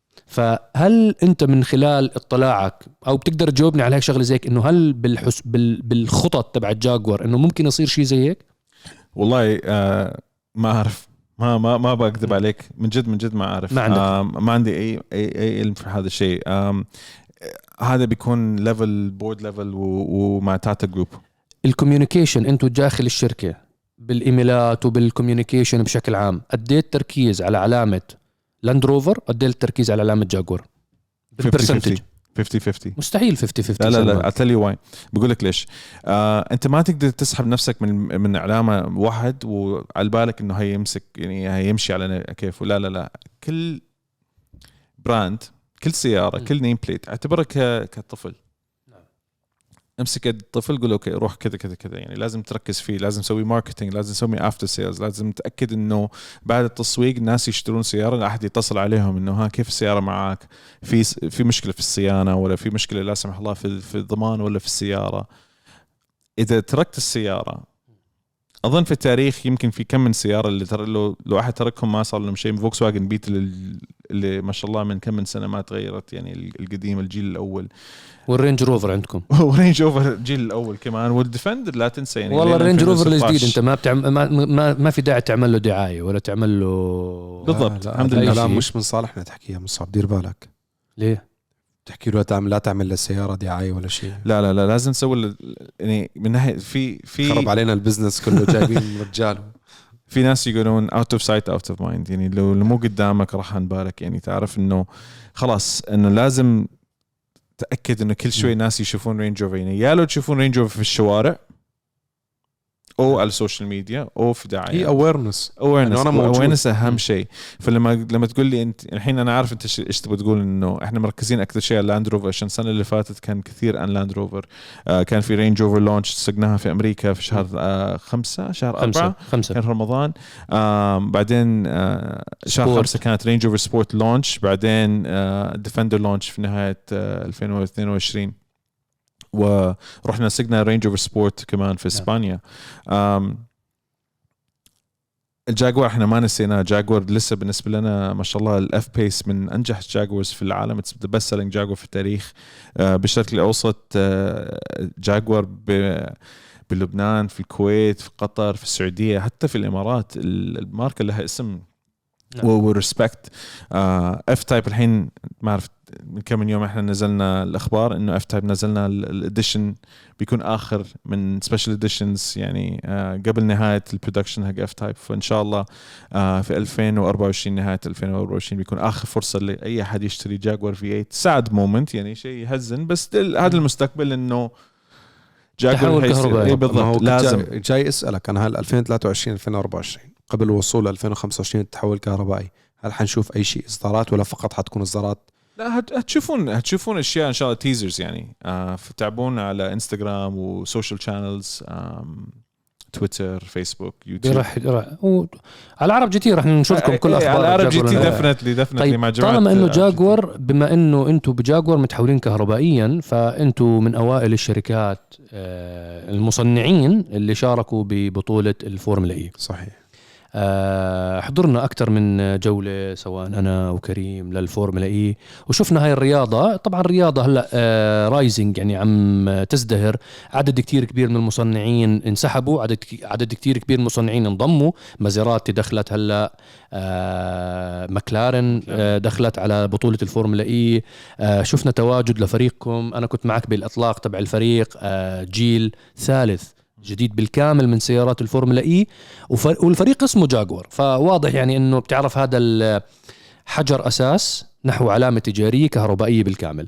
فهل أنت من خلال اطلاعك أو بتقدر تجاوبني على هيك شغلة زيك، إنه هل بالخطط تبع جاكور إنه ممكن يصير شيء زي هيك؟ والله ما أعرف، ما بكذب عليك، من جد ما أعرف. ما عندي أي علم في هذا الشيء. هذا بيكون ليفل بورد ليفل ومع تاتا جروب. الكوميونيكيشن انتو داخل الشركة بالايميلات وبالكوميونيكيشن بشكل عام، قديت تركيز على علامة لاند روفر، قديت تركيز على علامة جاكور بالبرسنتج؟ 50-50 مستحيل 50-50. لا أتلي واي بقول لك ليش. انت ما تقدر تسحب نفسك من علامة واحد وعلى بالك انه هي يمسك يعني هي يمشي على كيفه. لا كل براند، كل سيارة، كل نيم بليت اعتبرها كطفل. امسك الطفل قول اوكي روح كذا كذا كذا، يعني لازم تركز فيه، لازم تسوي ماركتينج، لازم تسوي افتر سيلز، لازم تأكد انه بعد التسويق الناس يشترون سيارة لا احد يتصل عليهم انه ها كيف السيارة معك، في مشكلة في الصيانة ولا في مشكلة لا سمح الله في الضمان ولا في السيارة. اذا تركت السيارة، اظن في التاريخ يمكن في كم من سياره اللي لو احد تركهم ما صار لهم شيء. فولكس واجن بيت اللي ما شاء الله من كم من سنه ما تغيرت، يعني القديم الجيل الاول. والرينج روفر عندكم ورينج روفر الجيل الاول كمان، والديفندر لا تنسى يعني. والله الرينج روفر الجديد انت ما بتعمل ما في داعي تعمل له دعايه ولا تعمل له بالضبط. الحمد لله لا مش من صالحنا تحكيها مصعب، دير بالك. ليه تحكي له لا تعمل للسيارة دعاية ولا شيء؟ لا لازم نسوي يعني من ناحية في خرب علينا البزنس كله جايبين رجال. في ناس يقولون out of sight out of mind، يعني لو مو قدامك راح نبالك، يعني تعرف انه خلاص انه لازم تأكد انه كل شوي ناس يشوفون رينج روفر، يعني يا لو تشوفون رينج روفر في الشوارع او على السوشيال ميديا او في دعايات. هي awareness اهم شيء. فلما تقول لي انت الحين انا عارف انت ايش تبغى تقول، انه احنا مركزين اكثر شيء على لاند روفر عشان السنه اللي فاتت كان كثير عن لاند روفر. كان في رينج روفر لونش سقناها في امريكا في شهر 5 شهر 4 كان رمضان. بعدين شهر 5 كانت رينج روفر سبورت لونش، بعدين ديفندر لونش في نهايه 2022 ورحنا سقنا رينج روفر سبورت كمان في اسبانيا. الجاكور احنا ما نسينا، جاكور لسه بالنسبه لنا ما شاء الله الاف بيس من انجح جاكورز في العالم، اتس ذا بيست سيلينج جاكور في التاريخ بالشرق الاوسط. جاكور بلبنان، في الكويت، في قطر، في السعوديه، حتى في الامارات الماركه لها اسم وريسبكت. اف تايب الحين ما اعرف من كم يوم احنا نزلنا الاخبار انه اف تايب نزلنا الاديشن بيكون اخر من سبيشال اديشنز يعني قبل نهايه البرودكشن حق اف تايب. فان شاء الله في 2024 نهايه 2024 بيكون اخر فرصه لاي احد يشتري جاكور في 8. ساد مومنت يعني شيء يحزن بس هذا المستقبل انه تحول كهربائي بالضبط. لازم جاي اسالك انا هل 2023 2024 قبل الوصول 2025 تحول كهربائي هل حنشوف اي شيء اصدارات ولا فقط حتكون اصدارات؟ لا هتشوفون اشياء ان شاء الله تيزرز يعني فتابعونا على انستغرام وسوشيال شانلز تويتر فيسبوك يوتيوب. راح على عرب جي تي راح ننشركم كل اخبار على عرب جي تي ديفنتلي طيب مع جماعه. طالما انه جاكور بما انه انتم بجاكور متحولين كهربائيا فانتم من اوائل الشركات المصنعين اللي شاركوا ببطوله الفورمولا اي. صحيح. حضرنا أكثر من جولة سواء أنا وكريم للفورمولا إي وشفنا هاي الرياضة. طبعا الرياضة هلأ رايزنج يعني عم تزدهر. عدد كتير كبير من المصنعين انسحبوا، عدد كتير كبير من المصنعين انضموا. مازيراتي دخلت هلأ، مكلارن دخلت على بطولة الفورمولا إي. شفنا تواجد لفريقكم، أنا كنت معك بالإطلاق تبع الفريق، جيل ثالث جديد بالكامل من سيارات الفورمولا إي والفريق اسمه جاكور. فواضح يعني أنه بتعرف هذا الحجر أساس نحو علامة تجارية كهربائية بالكامل.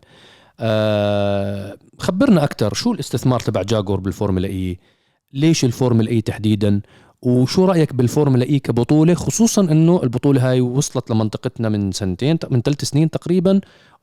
خبرنا أكتر شو الاستثمار تبع جاكور بالفورمولا إي، ليش الفورمولا إي تحديدا، وشو رأيك بالفورمولا إي كبطولة، خصوصا أنه البطولة هاي وصلت لمنطقتنا من 3 سنين تقريبا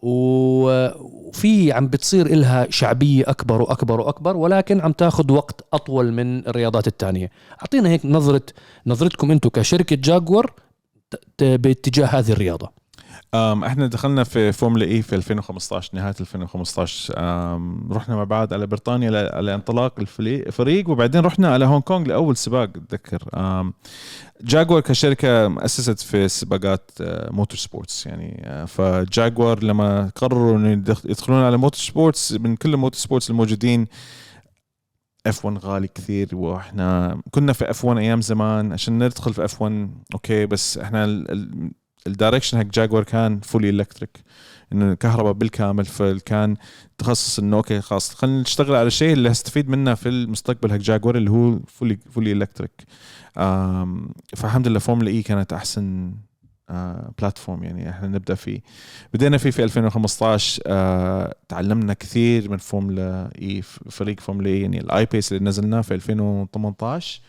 وفي عم بتصير إلها شعبية أكبر وأكبر وأكبر ولكن عم تاخد وقت أطول من الرياضات التانية. أعطينا هيك نظرتكم أنتو كشركة جاكور باتجاه هذه الرياضة. احنا دخلنا في فورمولا اي في 2015 نهاية 2015. رحنا مع بعض على بريطانيا على انطلاق الفريق وبعدين رحنا على هونغ كونغ لأول سباق اتذكر. جاكور كشركة مؤسست في سباقات موتور سبورتس يعني. فجاكور لما قرروا انه يدخلون على موتور سبورتس من كل الموتور سبورتس الموجودين F1 غالي كثير واحنا كنا في F1 ايام زمان عشان ندخل في F1 اوكي بس احنا الدايركشن حق جاكور كان فولي الكتريك انه كهرباء بالكامل. فكان تخصص انه اوكي خلاص خلينا نشتغل على الشيء اللي هستفيد منه في المستقبل حق جاكور اللي هو فولي الكتريك. فالحمد لله فورمولا اي كانت احسن بلاتفورم يعني احنا نبدا فيه. بدينا فيه في 2015. تعلمنا كثير من فورمولا اي، فريق فورمولا اي يعني الاي بيس اللي نزلناه في 2018.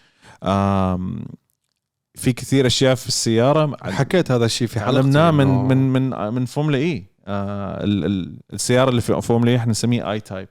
في كثير اشياء في السياره حكيت هذا الشيء في حلقتي علمناه من فورمولا اي. السياره اللي في فورمولا اي احنا نسميه اي تايب.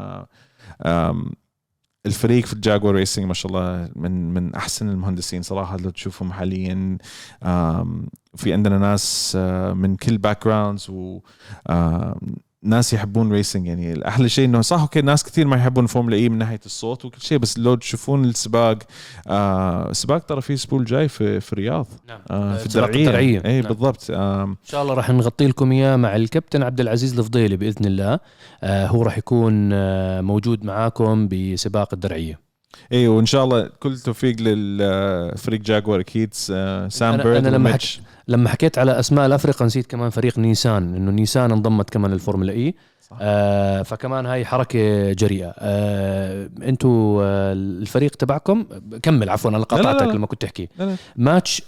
الفريق في الجاكور ريسينج ما شاء الله من احسن المهندسين صراحه اللي تشوفهم حاليا. في عندنا ناس من كل باك جراوندز و ناس يحبون ريسينج يعني. الأحلى شيء إنه صح أوكي ناس كثير ما يحبون فورمولا إي من ناحية الصوت وكل شيء بس لو تشوفون السباق سباق ترى فيه أسبوع جاي في الرياض. نعم. في الدرعية. إيه نعم. بالضبط. إن شاء الله راح نغطي لكم إياه مع الكابتن عبد العزيز الفضيلي بإذن الله. هو راح يكون موجود معاكم بسباق الدرعية. إيه وإن شاء الله كل توفيق للفريق جاكور أكيد. سام بيرد وميتش. لما حكيت على أسماء الأفريقيا نسيت كمان فريق نيسان، إنه نيسان انضمت كمان للفورمولا إي. فكمان هاي حركة جريئة. أنتوا الفريق تبعكم كمل عفوا أنا قاطعتك لما كنت تحكي. ماتش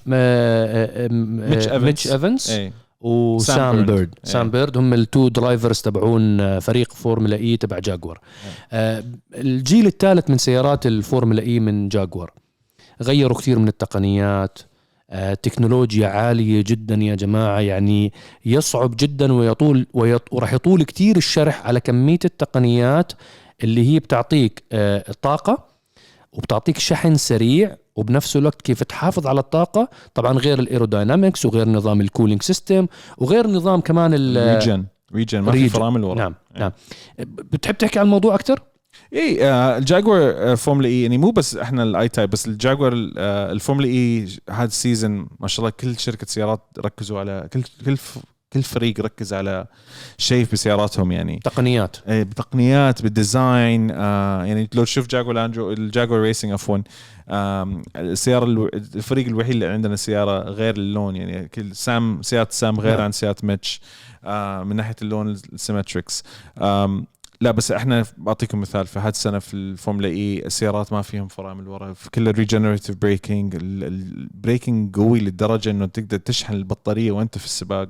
ميتش إيفنس وسام بيرد. سام بيرد هم التو درايفرز تبعون فريق فورمولا إي تبع جاكور. الجيل الثالث من سيارات الفورمولا إي من جاكور غيروا كثير من التقنيات. تكنولوجيا عالية جدا يا جماعة يعني يصعب جدا ورح يطول كتير الشرح على كمية التقنيات اللي هي بتعطيك طاقة وبتعطيك شحن سريع وبنفس الوقت كيف تحافظ على الطاقة. طبعا غير الايروداينامكس وغير نظام الكولينج سيستم وغير نظام كمان الريجن ما في فرامل ورا. نعم. بتحب تحكي عن الموضوع أكتر؟ ايه الجاكور فورمولا اي يعني مو بس احنا الاي تايب بس الجاكور الفورمولا اي هذا السيزن ما شاء الله كل شركه سيارات ركزوا على كل كل فريق ركز على شيء بسياراتهم يعني تقنيات بتقنيات بالديزاين. يعني لو تشوف الجاكور ريسنج F1 السيارة الفريق الوحيد اللي عندنا سيارة غير اللون يعني كل سيارة سام غير عن سيارة ميتش من ناحية اللون السيمتريكس. لا بس احنا بعطيكم مثال في هذه السنة في الفورمولا اي السيارات ما فيهم فرامل ورا في كل الريجنريتيف بريكنج. البريكنج قوي للدرجة انه تقدر تشحن البطارية وانت في السباق.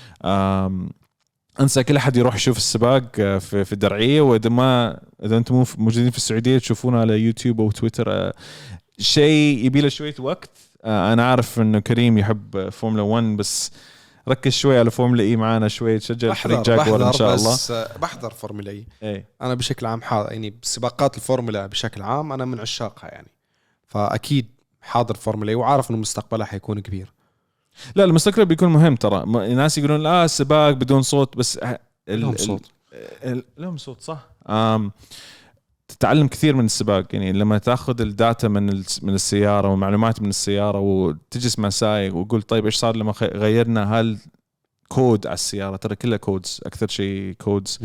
انسى كل احد يروح يشوف السباق في الدرعية، واذا انتم موجودين في السعودية تشوفونا على يوتيوب او تويتر شيء يبي له شوية وقت. انا عارف انه كريم يحب فورمولا 1 بس ركز شوي على فورمولا اي معانا شوي، تشجع فريق جاكور ان شاء الله. بس بحضر فورمولا اي. ايه انا بشكل عام يعني سباقات الفورمولا بشكل عام انا من عشاقها يعني، فاكيد حاضر فورمولا اي وعارف انه مستقبلها حيكون كبير. لا المستقبل بيكون مهم ترى. الناس يقولون لا السباق بدون صوت، بس لهم صوت صح. تتعلم كثير من السباق يعني لما تاخذ الداتا من السياره ومعلومات من السياره وتجلس مع سايق وقول طيب ايش صار لما غيرنا هالكود على السياره. ترى كلها كودز، اكثر شيء كودز.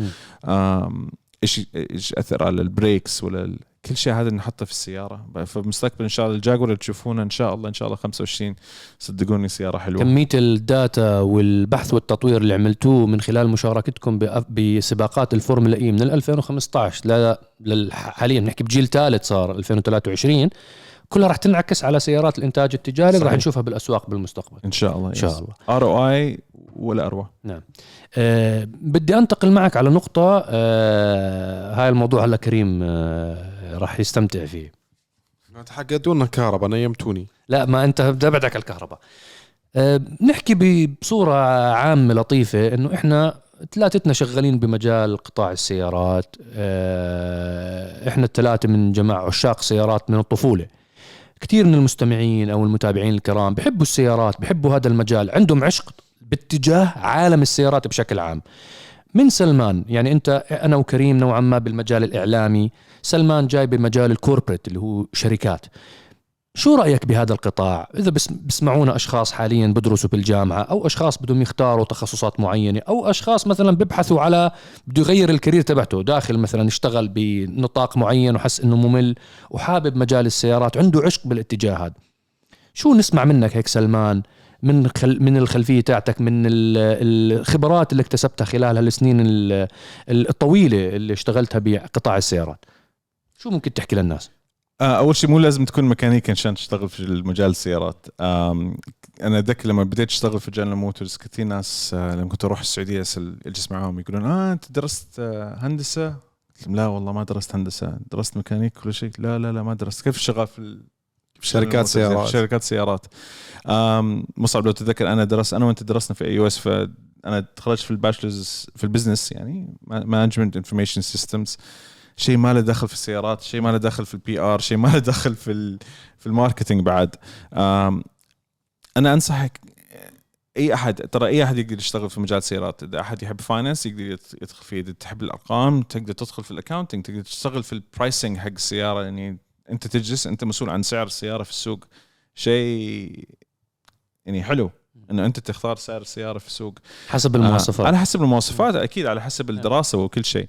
ايش اثر على البريكس ولا كل شيء هذا نحطه في السياره. فمستقبل ان شاء الله الجاكور اللي تشوفونه ان شاء الله 25 صدقوني سياره حلوه. كمية الداتا والبحث والتطوير اللي عملتوه من خلال مشاركتكم بسباقات الفورمولا اي من 2015 حاليا نحكي بجيل ثالث صار 2023 كلها راح تنعكس على سيارات الانتاج التجاري. راح نشوفها بالاسواق بالمستقبل ان شاء الله. ان شاء الله ROI ولا اروع. نعم. بدي انتقل معك على نقطة هاي الموضوع هلا كريم راح يستمتع فيه. تحققونا كهرباء نيمتوني. لا ما انت ببعدك على الكهرباء. نحكي بصورة عامة لطيفة انه احنا ثلاثتنا شغالين بمجال قطاع السيارات. احنا الثلاثة من جماعة عشاق سيارات من الطفولة. كثير من المستمعين او المتابعين الكرام بحبوا السيارات، بحبوا هذا المجال، عندهم عشق باتجاه عالم السيارات بشكل عام. من سلمان يعني انا وكريم نوعا ما بالمجال الاعلامي، سلمان جاي بالمجال الكوربريت اللي هو شركات. شو رأيك بهذا القطاع؟ إذا بسمعونا أشخاص حاليا بدرسوا بالجامعة أو أشخاص بدهم يختاروا تخصصات معينة أو أشخاص مثلا بيبحثوا على بده يغير الكارير تبعته داخل مثلا يشتغل بنطاق معين وحس إنه ممل وحابب مجال السيارات عنده عشق بالاتجاه هذا. شو نسمع منك هيك سلمان من الخلفية تاعتك من الخبرات اللي اكتسبتها خلال هالسنين الطويلة اللي اشتغلتها بقطاع السيارات؟ شو ممكن تحكي للناس؟ اول شيء مو لازم تكون ميكانيكي عشان تشتغل في المجال السيارات. انا ذكر لما بديت اشتغل في جنرال موتورز كثير ناس لما كنت اروح السعوديه اجلس معاهم يقولون انت درست هندسه؟ قلت لهم لا والله ما درست هندسه، درست ميكانيك كل شيء. لا ما درست. كيف شغال في شركات سيارات. مصعب لو تتذكر انا وانت درسنا في AUS، فانا تخرجت في الباشلرز في البزنس يعني مانجمنت انفورميشن سيستمز. شيء ما له دخل في السيارات، شيء ما له دخل في الPR، شيء ما له دخل في الماركتينج بعد. انا انصحك اي احد يقدر يشتغل في مجال السيارات. اذا احد يحب فاينانس يقدر يدخل فيه، اذا تحب الارقام تقدر تدخل في الاكاونتنج، تقدر تشتغل في البرايسنج حق السياره. يعني انت تجلس انت مسؤول عن سعر السياره في السوق. شيء يعني حلو انه انت تختار سعر السياره في السوق حسب المواصفات. على حسب المواصفات اكيد، على حسب الدراسه وكل شيء.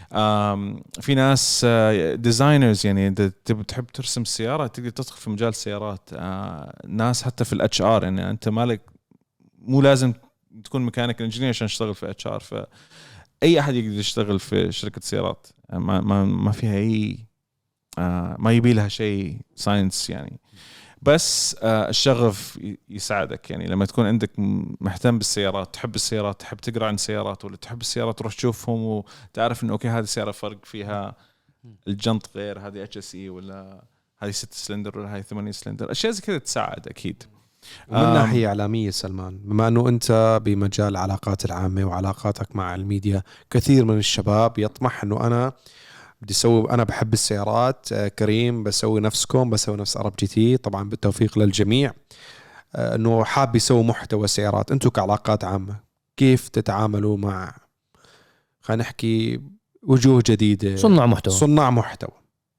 في ناس ديزاينرز يعني اذا تحب ترسم السياره تقدر تدخل في مجال السيارات. ناس حتى في الHR يعني انت مالك مو لازم تكون ميكانيك انجينير عشان تشتغل في HR. فاي احد يقدر يشتغل في شركه سيارات. ما فيها اي ما يبي لها شيء ساينس يعني. بس الشغف يساعدك يعني لما تكون عندك مهتم بالسيارات، تحب السيارات، تحب تقرأ عن السيارات، ولا تحب السيارات تروح تشوفهم وتعرف إنه أوكي هذه السيارة فرق فيها الجنط غير، هذه HSE ولا هذه 6 سلندر ولا هذه 8 سلندر. أشياء زي كذا تساعد أكيد. من ناحية إعلامية سلمان، بما أنه أنت بمجال العلاقات العامة وعلاقاتك مع الميديا، كثير من الشباب يطمح أنه أنا بدي أسوي، أنا بحب السيارات، كريم بسوي نفسكم، بسوي نفس RFGT طبعا بالتوفيق للجميع، أنه حاب يسوي محتوى سيارات. أنتوا كعلاقات عامة كيف تتعاملوا مع خلينا نحكي وجوه جديدة، صناع محتوى؟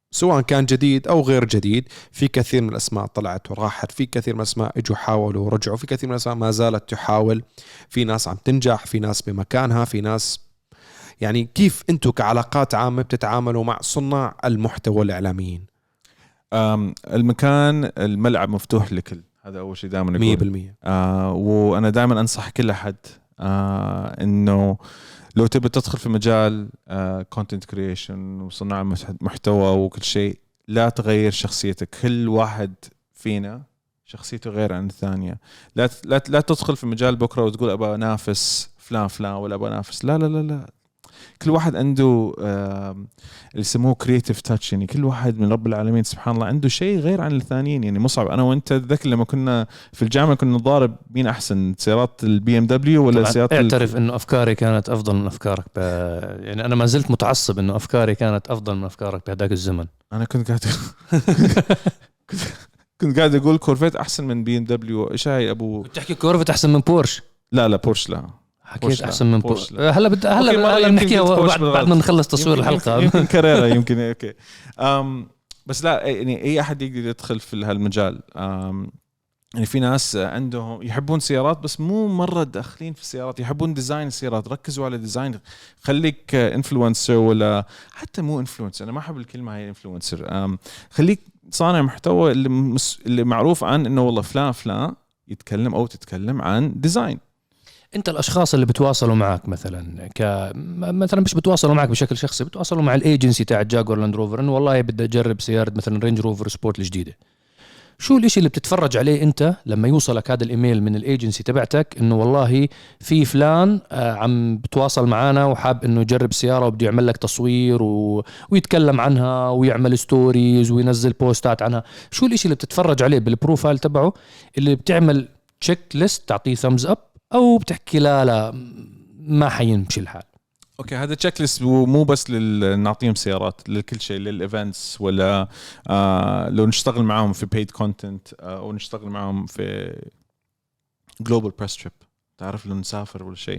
سواء كان جديد أو غير جديد. في كثير من الأسماء طلعت وراحت، في كثير من الأسماء اجوا حاولوا ورجعوا، في كثير من الأسماء ما زالت تحاول، في ناس عم تنجح، في ناس بمكانها، في ناس يعني. كيف أنتوا كعلاقات عامة بتتعاملوا مع صناع المحتوى الإعلاميين؟ المكان، الملعب مفتوح لكل، هذا أول شيء دائما أقول 100%. وأنا دائما أنصح كل أحد إنه لو تبي تدخل في مجال content creation وصناعة محتوى وكل شيء، لا تغير شخصيتك. كل واحد فينا شخصيته غير عن الثانية. لا تدخل في مجال بكرة وتقول أبغى أنافس فلان ولا أبغى أنافس. لا كل واحد عنده اللي يسموه كرياتيف تاتش. يعني كل واحد من رب العالمين سبحان الله عنده شيء غير عن الثانيين. يعني مصعب أنا وأنت تذكر لما كنا في الجامعة كنا نضارب مين أحسن، سيارات البي ام دبليو ولا سيارات اعترف إنه أفكاري كانت أفضل من أفكارك يعني أنا ما زلت متعصب إنه أفكاري كانت أفضل من أفكارك بهذاك الزمن. أنا كنت قاعد أقول كورفيت أحسن من بي ام دبليو. إيش هاي أبو بتحكي كورفت أحسن من بورش؟ لا بورش لا. حكيت احسن من بورش. هلا بنحكيها بعد ما نخلص تصوير الحلقه. يمكن كاريرا يمكن اوكي. بس لا يعني اي احد يقدر يدخل في هالمجال. يعني في ناس عندهم يحبون سيارات بس مو مره داخلين في السيارات، يحبون ديزاين السيارات. ركزوا على ديزاين، خليك انفلونسر ولا حتى مو انفلونسر، انا ما احب الكلمه هاي انفلونسر. خليك صانع محتوى اللي معروف عن انه والله فلان يتكلم او تتكلم عن ديزاين. انت الاشخاص اللي بتواصلوا معك مثلا مثلا مش بتواصلوا معك بشكل شخصي، بتواصلوا مع الايجنسي تاع جاكور لاند روفر انه والله بدي اجرب سياره مثلا رينج روفر سبورت الجديده، شو الاشي اللي بتتفرج عليه انت لما يوصلك هذا الايميل من الايجنسي تبعتك انه والله في فلان عم بتواصل معنا وحاب انه يجرب السياره وبده يعمل لك تصوير ويتكلم عنها ويعمل ستوريز وينزل بوستات عنها؟ شو الاشي اللي بتتفرج عليه بالبروفايل تبعه اللي بتعمل تشيك ليست تعطيه ثامز اب او بتحكي لا ما حيمشي الحال؟ اوكي هذا تشيك ليست مو بس نعطيهم سيارات، لكل شيء، للايفنتس ولا لو نشتغل معاهم في بيد كونتنت او نشتغل معاهم في جلوبال بريس تريب، تعرف لو نسافر ولا شيء.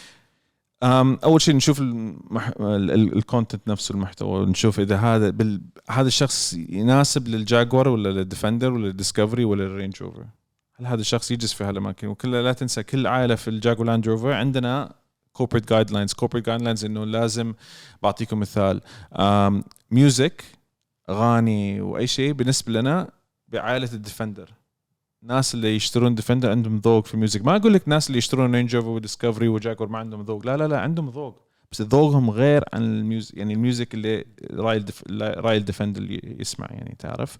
اول شيء نشوف الكونتنت نفسه، المحتوى، نشوف اذا هذا الشخص يناسب للجاكور ولا للديفندر ولا للديسكفري ولا للرينج روفر. هل هذا الشخص يجلس في هالاماكن؟ وكلها لا تنسى كل عائله في الجاكور لاند روفر عندنا corporate guidelines انه لازم. بعطيكم مثال، ميوزك، اغاني واي شيء بالنسبه لنا بعائله الديفندر، الناس اللي يشترون ديفندر عندهم ذوق في الميوزك. ما اقول لك ناس اللي يشترون رينج روفر وديسكفري وجاكور ما عندهم ذوق، لا عندهم ذوق، بس ذوقهم غير عن الميوزك. يعني الميوزك اللي راي الديفندر يسمع، يعني تعرف.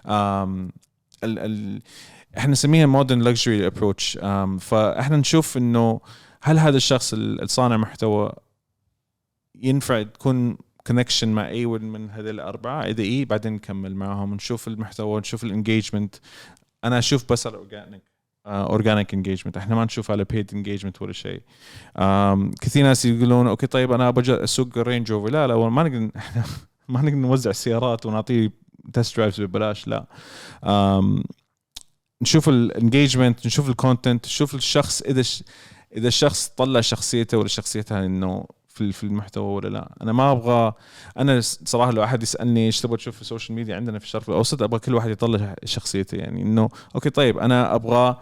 احنا نسميها مودرن لكجري ابروتش. فاحنا نشوف انه هل هذا الشخص الصانع محتوى ينفع تكون كونكشن مع اي من هذول الاربعه؟ اذا بعدين نكمل معهم، نشوف المحتوى، نشوف الانجيجمنت. انا اشوف بس الاورجانيك انجيجمنت، احنا ما نشوف على بيد انجيجمنت ولا شيء. كثير ناس يقولون اوكي طيب انا ابغى اسوق رينج روفر، لا ما نقدر ما نقدر نوزع السيارات ونعطيه تست درايفز ببلاش، لا. نشوف الانجيجمنت، نشوف الكونتنت، نشوف الشخص اذا الشخص طلع شخصيته ولا شخصيتها انه في المحتوى ولا لا. انا ما ابغى، انا صراحه لو احد يسالني ايش تبغى تشوف في السوشيال ميديا عندنا في الشرق الاوسط، ابغى كل واحد يطلع شخصيته. يعني انه اوكي طيب انا ابغى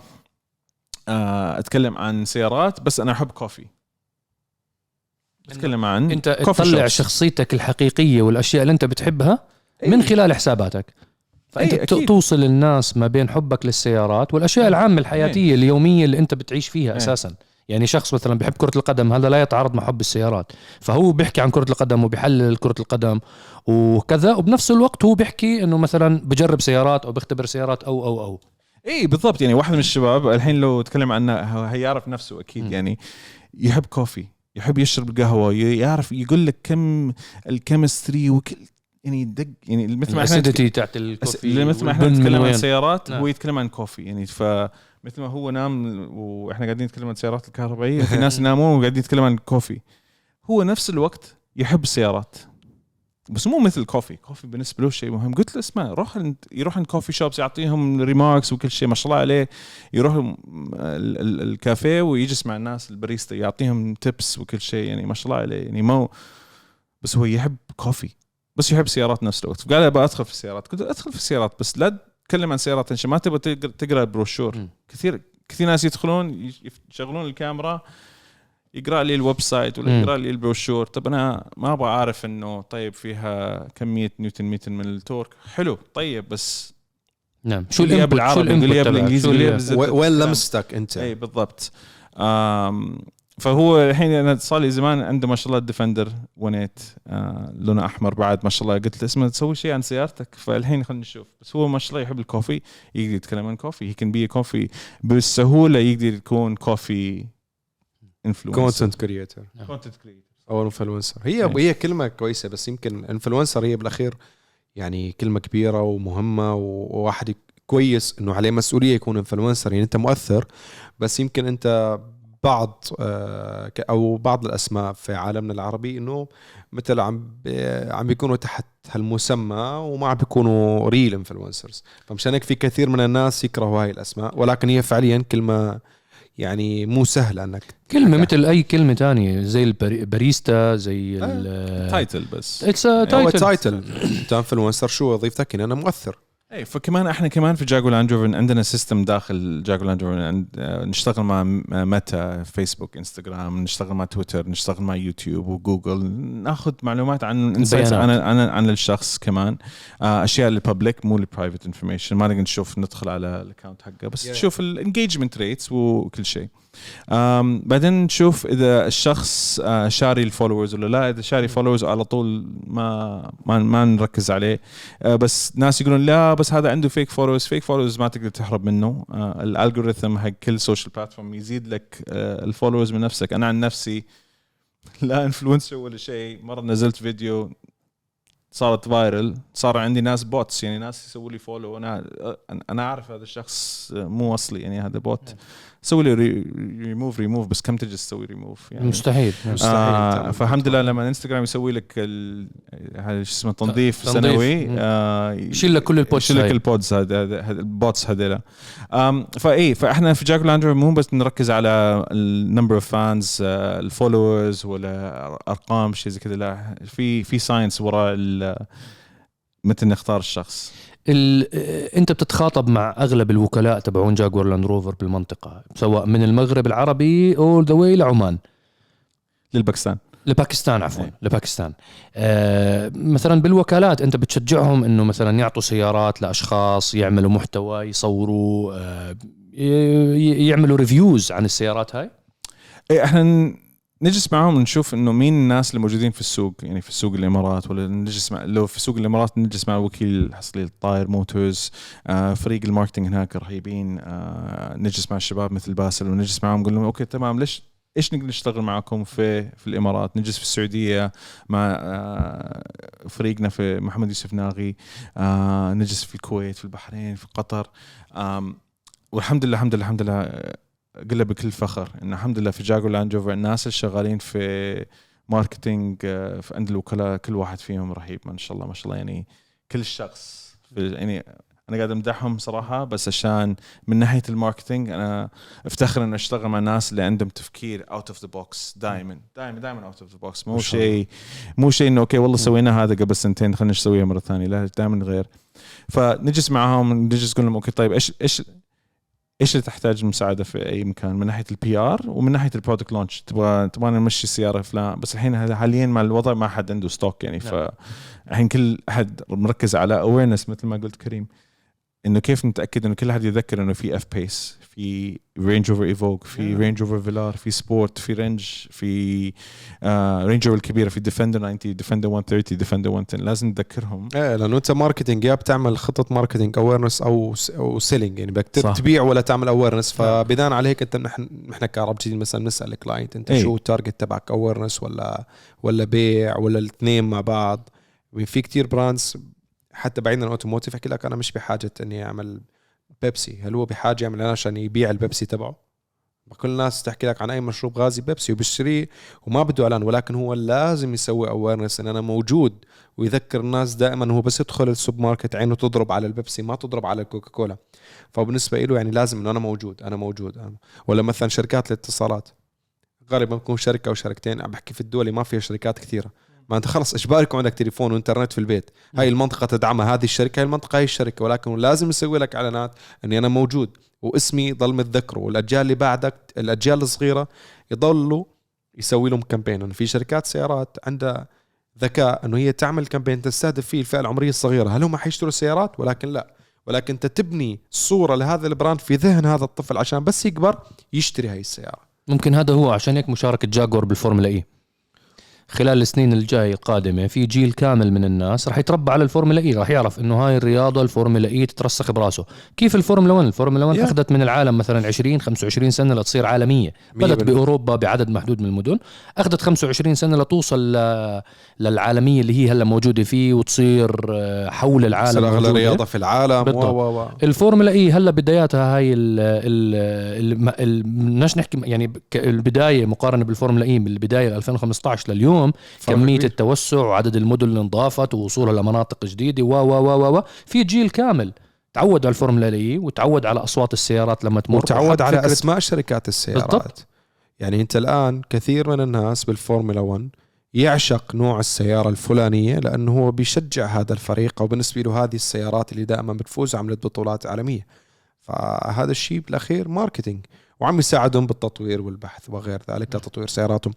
اتكلم عن سيارات بس انا احب كوفي، اتكلم عن انت تطلع شخصيتك الحقيقيه والاشياء اللي انت بتحبها من خلال حساباتك. فانت توصل الناس ما بين حبك للسيارات والاشياء العامه الحياتيه اليوميه اللي انت بتعيش فيها اساسا. يعني شخص مثلا بيحب كرة القدم، هذا لا يتعارض مع حب السيارات، فهو بيحكي عن كرة القدم وبيحلل كرة القدم وكذا، وبنفس الوقت هو بيحكي انه مثلا بجرب سيارات او بيختبر سيارات او اي بالضبط. يعني واحد من الشباب الحين لو تكلم عنه هيعرف نفسه اكيد. يعني يحب كوفي، يحب يشرب القهوة، يعرف يقول لك كم الكيمستري وكل، يعني دق، يعني مثل ما احنا تاعت الكوفي، مثل ما احنا نتكلم عن سيارات هو يتكلم عن كوفي. يعني مثل ما هو نام واحنا قاعدين نتكلم عن السيارات الكهربائيه، في ناس ينامون وقاعدين يتكلم عن كوفي. هو نفس الوقت يحب السيارات بس مو مثل كوفي بالنسبه له شيء مهم. قلت له اسمع، يروح عند كوفي شوبس يعطيهم ريماركس وكل شيء، ما شاء الله عليه. يروح الكافيه ويجلس مع الناس الباريستا يعطيهم تيبس وكل شيء، يعني ما شاء الله عليه. يعني بس هو يحب كوفي بس يحب سيارات نفس الوقت. قال ابى ادخل في السيارات. قلت ادخل في السيارات بس لا تتكلم عن سيارات عشان ما تبغى تقرا البروشور. كثير ناس يدخلون يشغلون الكاميرا يقرأ لي الويب سايت ولا يقرأ لي البروشور. طب أنا ما أبغى أعرف إنه طيب فيها كمية نيوتن متر من التورك. حلو طيب بس نعم شو اللي بالعربي قول لي بالإنجليزي وين لمستك أنت؟ أي بالضبط. فهو الحين أنا صار لي زمان عنده ما شاء الله الديفندر ونيت لونه أحمر بعد ما شاء الله. قلت له اسمه تسوي شيء عن سيارتك. فالحين خلينا نشوف. بس هو ما شاء الله يحب الكوفي يقدر يتكلم عن كوفي. he can be a coffee بالسهولة يقدر يكون كوفي كونتنت كرييتر او انفلونسر. هي كلمه كويسه بس يمكن انفلونسر هي بالاخير يعني كلمه كبيره ومهمه وواحد كويس انه عليه مسؤوليه يكون انفلونسر. يعني انت مؤثر بس يمكن انت بعض الاسماء في عالمنا العربي انه مثل عم بيكونوا تحت هالمسمى وما عم بيكونوا ريل انفلونسرز. فمشان هيك في كثير من الناس يكرهوا هاي الاسماء ولكن هي فعليا كلمه يعني مو سهل انك كلمه مثل اي كلمه تانية زي الباريستا زي التايتل. بس تايتل انت انفلونسر شو وظيفتك؟ انا مؤثر. اي فكمان احنا كمان في جاكو لاند روفر عندنا سيستم داخل جاكو لاند روفر نشتغل مع ميتا فيسبوك انستغرام نشتغل مع تويتر نشتغل مع يوتيوب وجوجل ناخذ معلومات عن عن الشخص كمان اشياء للببليك مو للبرايفت انفورميشن. ما نقدر نشوف ندخل على الاكونت حقه بس نشوف الانجيجمنت ريتس وكل شيء. بعدين نشوف اذا الشخص شاري الفولورز ولا لا. اذا شاري فولورز على طول ما نركز عليه. بس ناس يقولون لا بس هذا عنده فيك فولورز ما تقدر تهرب منه. الالغوريثم حق كل سوشيال بلاتفورم يزيد لك الفولورز من نفسك. انا عن نفسي لا انفلونسر ولا شيء. مره نزلت فيديو صارت فايرل صار عندي ناس بوتس يعني ناس يسووا لي فولو. انا اعرف هذا الشخص مو اصلي يعني هذا بوت. سوي لي ريموف بس كم تجي تسوي ريموف يعني مستحيل. فالحمد لله لما انستغرام يسوي لك هذا شو اسمه تنظيف سنوي يشيل لك كل البوتس يشيل لك البودز هذا البوتس هذيلا. فاحنا في جاكو لاند روفر مو بس نركز على النمبر اوف فانز الفولورز ولا ارقام شيء زي كذا. لا في ساينس وراء متى نختار الشخص. انت بتتخاطب مع اغلب الوكلاء تبعون جاكور لاند روفر بالمنطقه سواء من المغرب العربي اول ذا واي لعمان لباكستان عفوا لباكستان. مثلا بالوكالات انت بتشجعهم انه مثلا يعطوا سيارات لاشخاص يعملوا محتوى يصوروا يعملوا ريفيوز عن السيارات هاي. احنا نجلس معهم نشوف انه مين الناس اللي موجودين في السوق يعني في سوق الامارات ولا نجلس مع لو في سوق الامارات نجلس مع وكيل حصري الطائر موتورز فريق الماركتينج هناك رهيبين. نجلس مع الشباب مثل باسل ونجلس معهم نقول لهم اوكي تمام ليش ايش نقدر نشتغل معكم في الامارات. نجلس في السعوديه مع فريقنا في محمد يوسف ناغي. نجلس في الكويت في البحرين في قطر. والحمد لله قلنا بكل فخر إن الحمد لله في جاكو لاند روفر الناس الشغالين في ماركتينج في عند الوكلاء كل واحد فيهم رهيب ما شاء الله يعني كل شخص يعني أنا قاعد أمدحهم صراحة. بس عشان من ناحية الماركتينج أنا افتخر إن أشتغل مع الناس اللي عندهم تفكير out of the box دائما out of the box. مو شيء إنه أوكي والله سوينا هذا قبل سنتين خلينا نسويها مرة ثانية. لا دائما غير. فنجلس معهم نجلس نقول لهم أوكي طيب ايش اللي تحتاج مساعده في اي مكان من ناحيه البي ار ومن ناحيه البرودكت لونش. تبغى نمشي السياره فلان بس الحين حاليا مع الوضع ما حد عنده ستوك يعني. فالحين كل احد مركز على اويرنس مثل ما قلت كريم انه كيف نتاكد انه كل احد يذكر انه في اف بيس في رينج اوفر ايفوك في رينج اوفر فيلار في سبورت في رينج في رينج اوفر الكبيره في ديفندر 90 ديفندر 130 ديفندر 110 لازم نذكرهم. لانه انت ماركتينج يا بتعمل خطه ماركتينج اويرنس او سيلينج يعني بدك تبيع ولا تعمل اويرنس. فبناء على هيك انت نحن كعرب جديد مثلا نسال الكلاينت انت شو التارجت تبعك اويرنس ولا بيع ولا الاثنين مع بعض. في كتير براندز حتى بعيدا عن الاوتوموتيف يحكي لك انا مش بحاجه اني اعمل بيبسي. هل هو بحاجه يعمل انا عشان يبيع البيبسي تبعه؟ كل الناس تحكي لك عن اي مشروب غازي بيبسي وبيشتريه وما بده اعلان ولكن هو لازم يسوي اويرنس ان انا موجود ويذكر الناس دائما. هو بس يدخل السوبر ماركت عينه تضرب على البيبسي ما تضرب على الكوكاكولا. فبالنسبه له يعني لازم انه انا موجود. ولا مثلا شركات الاتصالات غالبا بتكون شركه او شركتين. عم بحكي في الدول ما فيها شركات كثيره ما انت خلص اجباري يكون عندك تليفون وانترنت في البيت. هاي المنطقه تدعمها هذه الشركه، هاي المنطقه هي الشركه، ولكن لازم نسوي لك اعلانات اني انا موجود واسمي ضل متذكره، والاجيال اللي بعدك الاجيال الصغيره يضلوا يسوي لهم كامبين. أنا في شركات سيارات عندها ذكاء انه هي تعمل كامبين تستهدف فيه الفئه العمريه الصغيره. هل هم حيشتروا سيارات؟ ولكن لا، ولكن انت تبني صوره لهذا البراند في ذهن هذا الطفل عشان بس يكبر يشتري هاي السياره. ممكن هذا هو عشان هيك مشاركة جاكور بالفورمولا اي خلال السنين الجاية القادمة في جيل كامل من الناس رح يتربى على الفورمولا اي، رح يعرف انه هاي الرياضة الفورمولا اي تترسخ براسه. كيف الفورمولا 1؟ الفورمولا 1 اخذت من العالم مثلا 20-25 سنة لتصير عالمية. بدت باوروبا بعدد محدود من المدن، اخذت 25 سنة لتوصل للعالمية اللي هي هلا موجودة فيه وتصير حول العالم اغلى رياضة في العالم. الفورمولا اي هلا بداياتها هاي بدناش نحكي يعني البداية مقارنة بالفورمولا اي من البداية 2015 لليوم كمية التوسع وعدد المدن اللي انضافت ووصولها لمناطق جديدة و في جيل كامل تعود على الفورمولا اي وتعود على أصوات السيارات لما تمر وتعود على أسماء شركات السيارات بالضبط. يعني أنت الآن كثير من الناس بالفورمولا 1 يعشق نوع السيارة الفلانية لأنه هو بيشجع هذا الفريق، وبالنسبة له هذه السيارات اللي دائما بتفوز وعملت بطولات عالمية. فهذا الشيء بالأخير ماركتينج، وعم يساعدهم بالتطوير والبحث وغير ذلك لتطوير سياراتهم.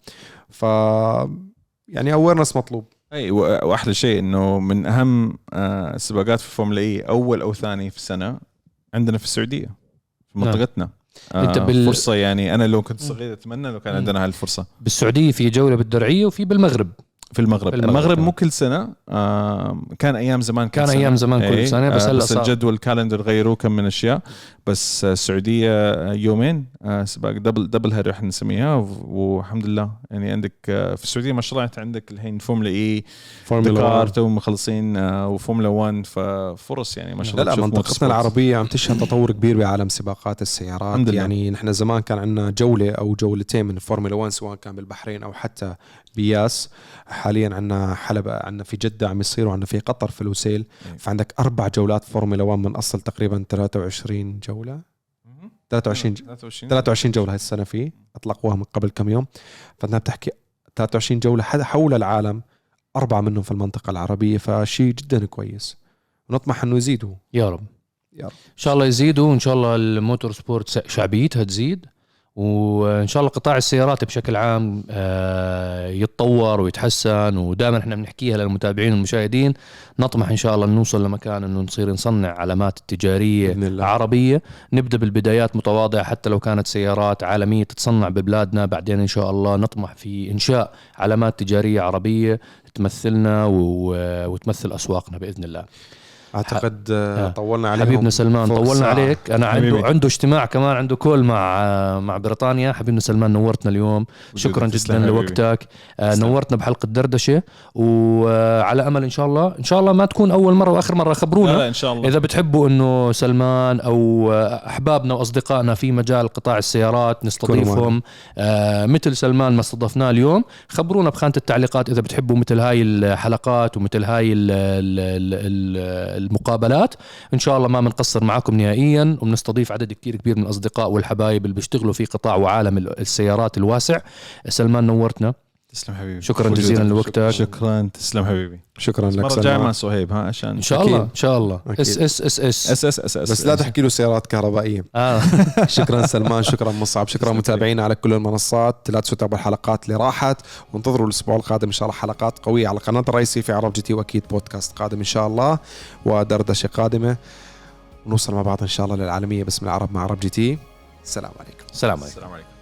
يعني أويرنس مطلوب. اي واحلى شيء انه من اهم السباقات في الفورمولا اي اول او ثاني في السنه عندنا في السعوديه في منطقتنا. انت فرصه يعني انا لو كنت صغير اتمنى لو كان عندنا هالفرصه. بالسعوديه في جوله بالدرعيه وفي بالمغرب. في المغرب مو كل سنة. كان أيام زمان كل سنة بس الجدول الكالندر غيروه كم من أشياء. بس السعودية يومين سباق دبل هيد رح نسميها. والحمد لله يعني عندك في السعودية ما شاء الله عندك الحين فورمولا إي دكار تو مخلصين وفورمولا 1 ففرص يعني ما شاء الله. لا منطقتنا العربية عم تشهد تطور كبير بعالم سباقات السيارات. يعني نحن زمان كان عندنا جولة أو جولتين من الفورمولا 1 سواء كان بالبحرين أو حتى بياس. حاليا عندنا حلبة، عندنا في جدة عم يصيروا، عندنا في قطر في الوسيل. فعندك 4 جولات فورمولا 1 من أصل تقريبا 23 جولة 23 جولة هالسنة فيه أطلقوها من قبل كم يوم. فأنت بتحكي 23 جولة حول العالم، 4 منهم في المنطقة العربية. فشيء جدا كويس ونطمح أنه يزيدوا يا رب إن شاء الله يزيدوا، وإن شاء الله الموتور سبورت شعبيتها تزيد، وإن شاء الله قطاع السيارات بشكل عام يتطور ويتحسن. ودائما احنا بنحكيها للمتابعين والمشاهدين، نطمح إن شاء الله نوصل لمكان إنه نصير نصنع علامات تجارية عربية. نبدأ بالبدايات متواضعة حتى لو كانت سيارات عالمية تتصنع ببلادنا، بعدين إن شاء الله نطمح في إنشاء علامات تجارية عربية تمثلنا وتمثل أسواقنا بإذن الله. أعتقد طولنا عليهم حبيبنا سلمان، طولنا عليك. أنا عنده اجتماع كمان، عنده كول مع بريطانيا. حبيبنا سلمان نورتنا اليوم، شكرا جدا لوقتك. نورتنا بحلقة دردشة، وعلى أمل إن شاء الله ما تكون أول مرة وآخر مرة. خبرونا لا إن شاء الله. إذا بتحبوا إنه سلمان أو أحبابنا وأصدقائنا في مجال قطاع السيارات نستضيفهم مثل سلمان ما استضفناه اليوم. خبرونا بخانة التعليقات إذا بتحبوا مثل هاي الحلقات ومثل هاي المقابلات. إن شاء الله ما بنقصر معكم نهائيا، وبنستضيف عدد كتير كبير من الأصدقاء والحبايب اللي بيشتغلوا في قطاع وعالم السيارات الواسع. سلمان نورتنا. تسلم حبيبي، شكرا جزيلا لوقتك. شكرا تسلم حبيبي. شكرا لك. مرة جاي مع صهيب عشان ان شاء الله اس بس لا تحكي له سيارات كهربائيه. شكرا سلمان، شكرا مصعب، شكرا متابعينا على كل المنصات. لا تنسوا تتابعوا الحلقات اللي راحت، وانتظروا الاسبوع القادم ان شاء الله حلقات قويه على القناه الرئيسيه في عرب جي تي، واكيد بودكاست قادم ان شاء الله ودردشه قادمه، ونوصل مع بعض ان شاء الله للعالميه باسم العرب مع عرب جي تي. السلام عليكم. السلام عليكم.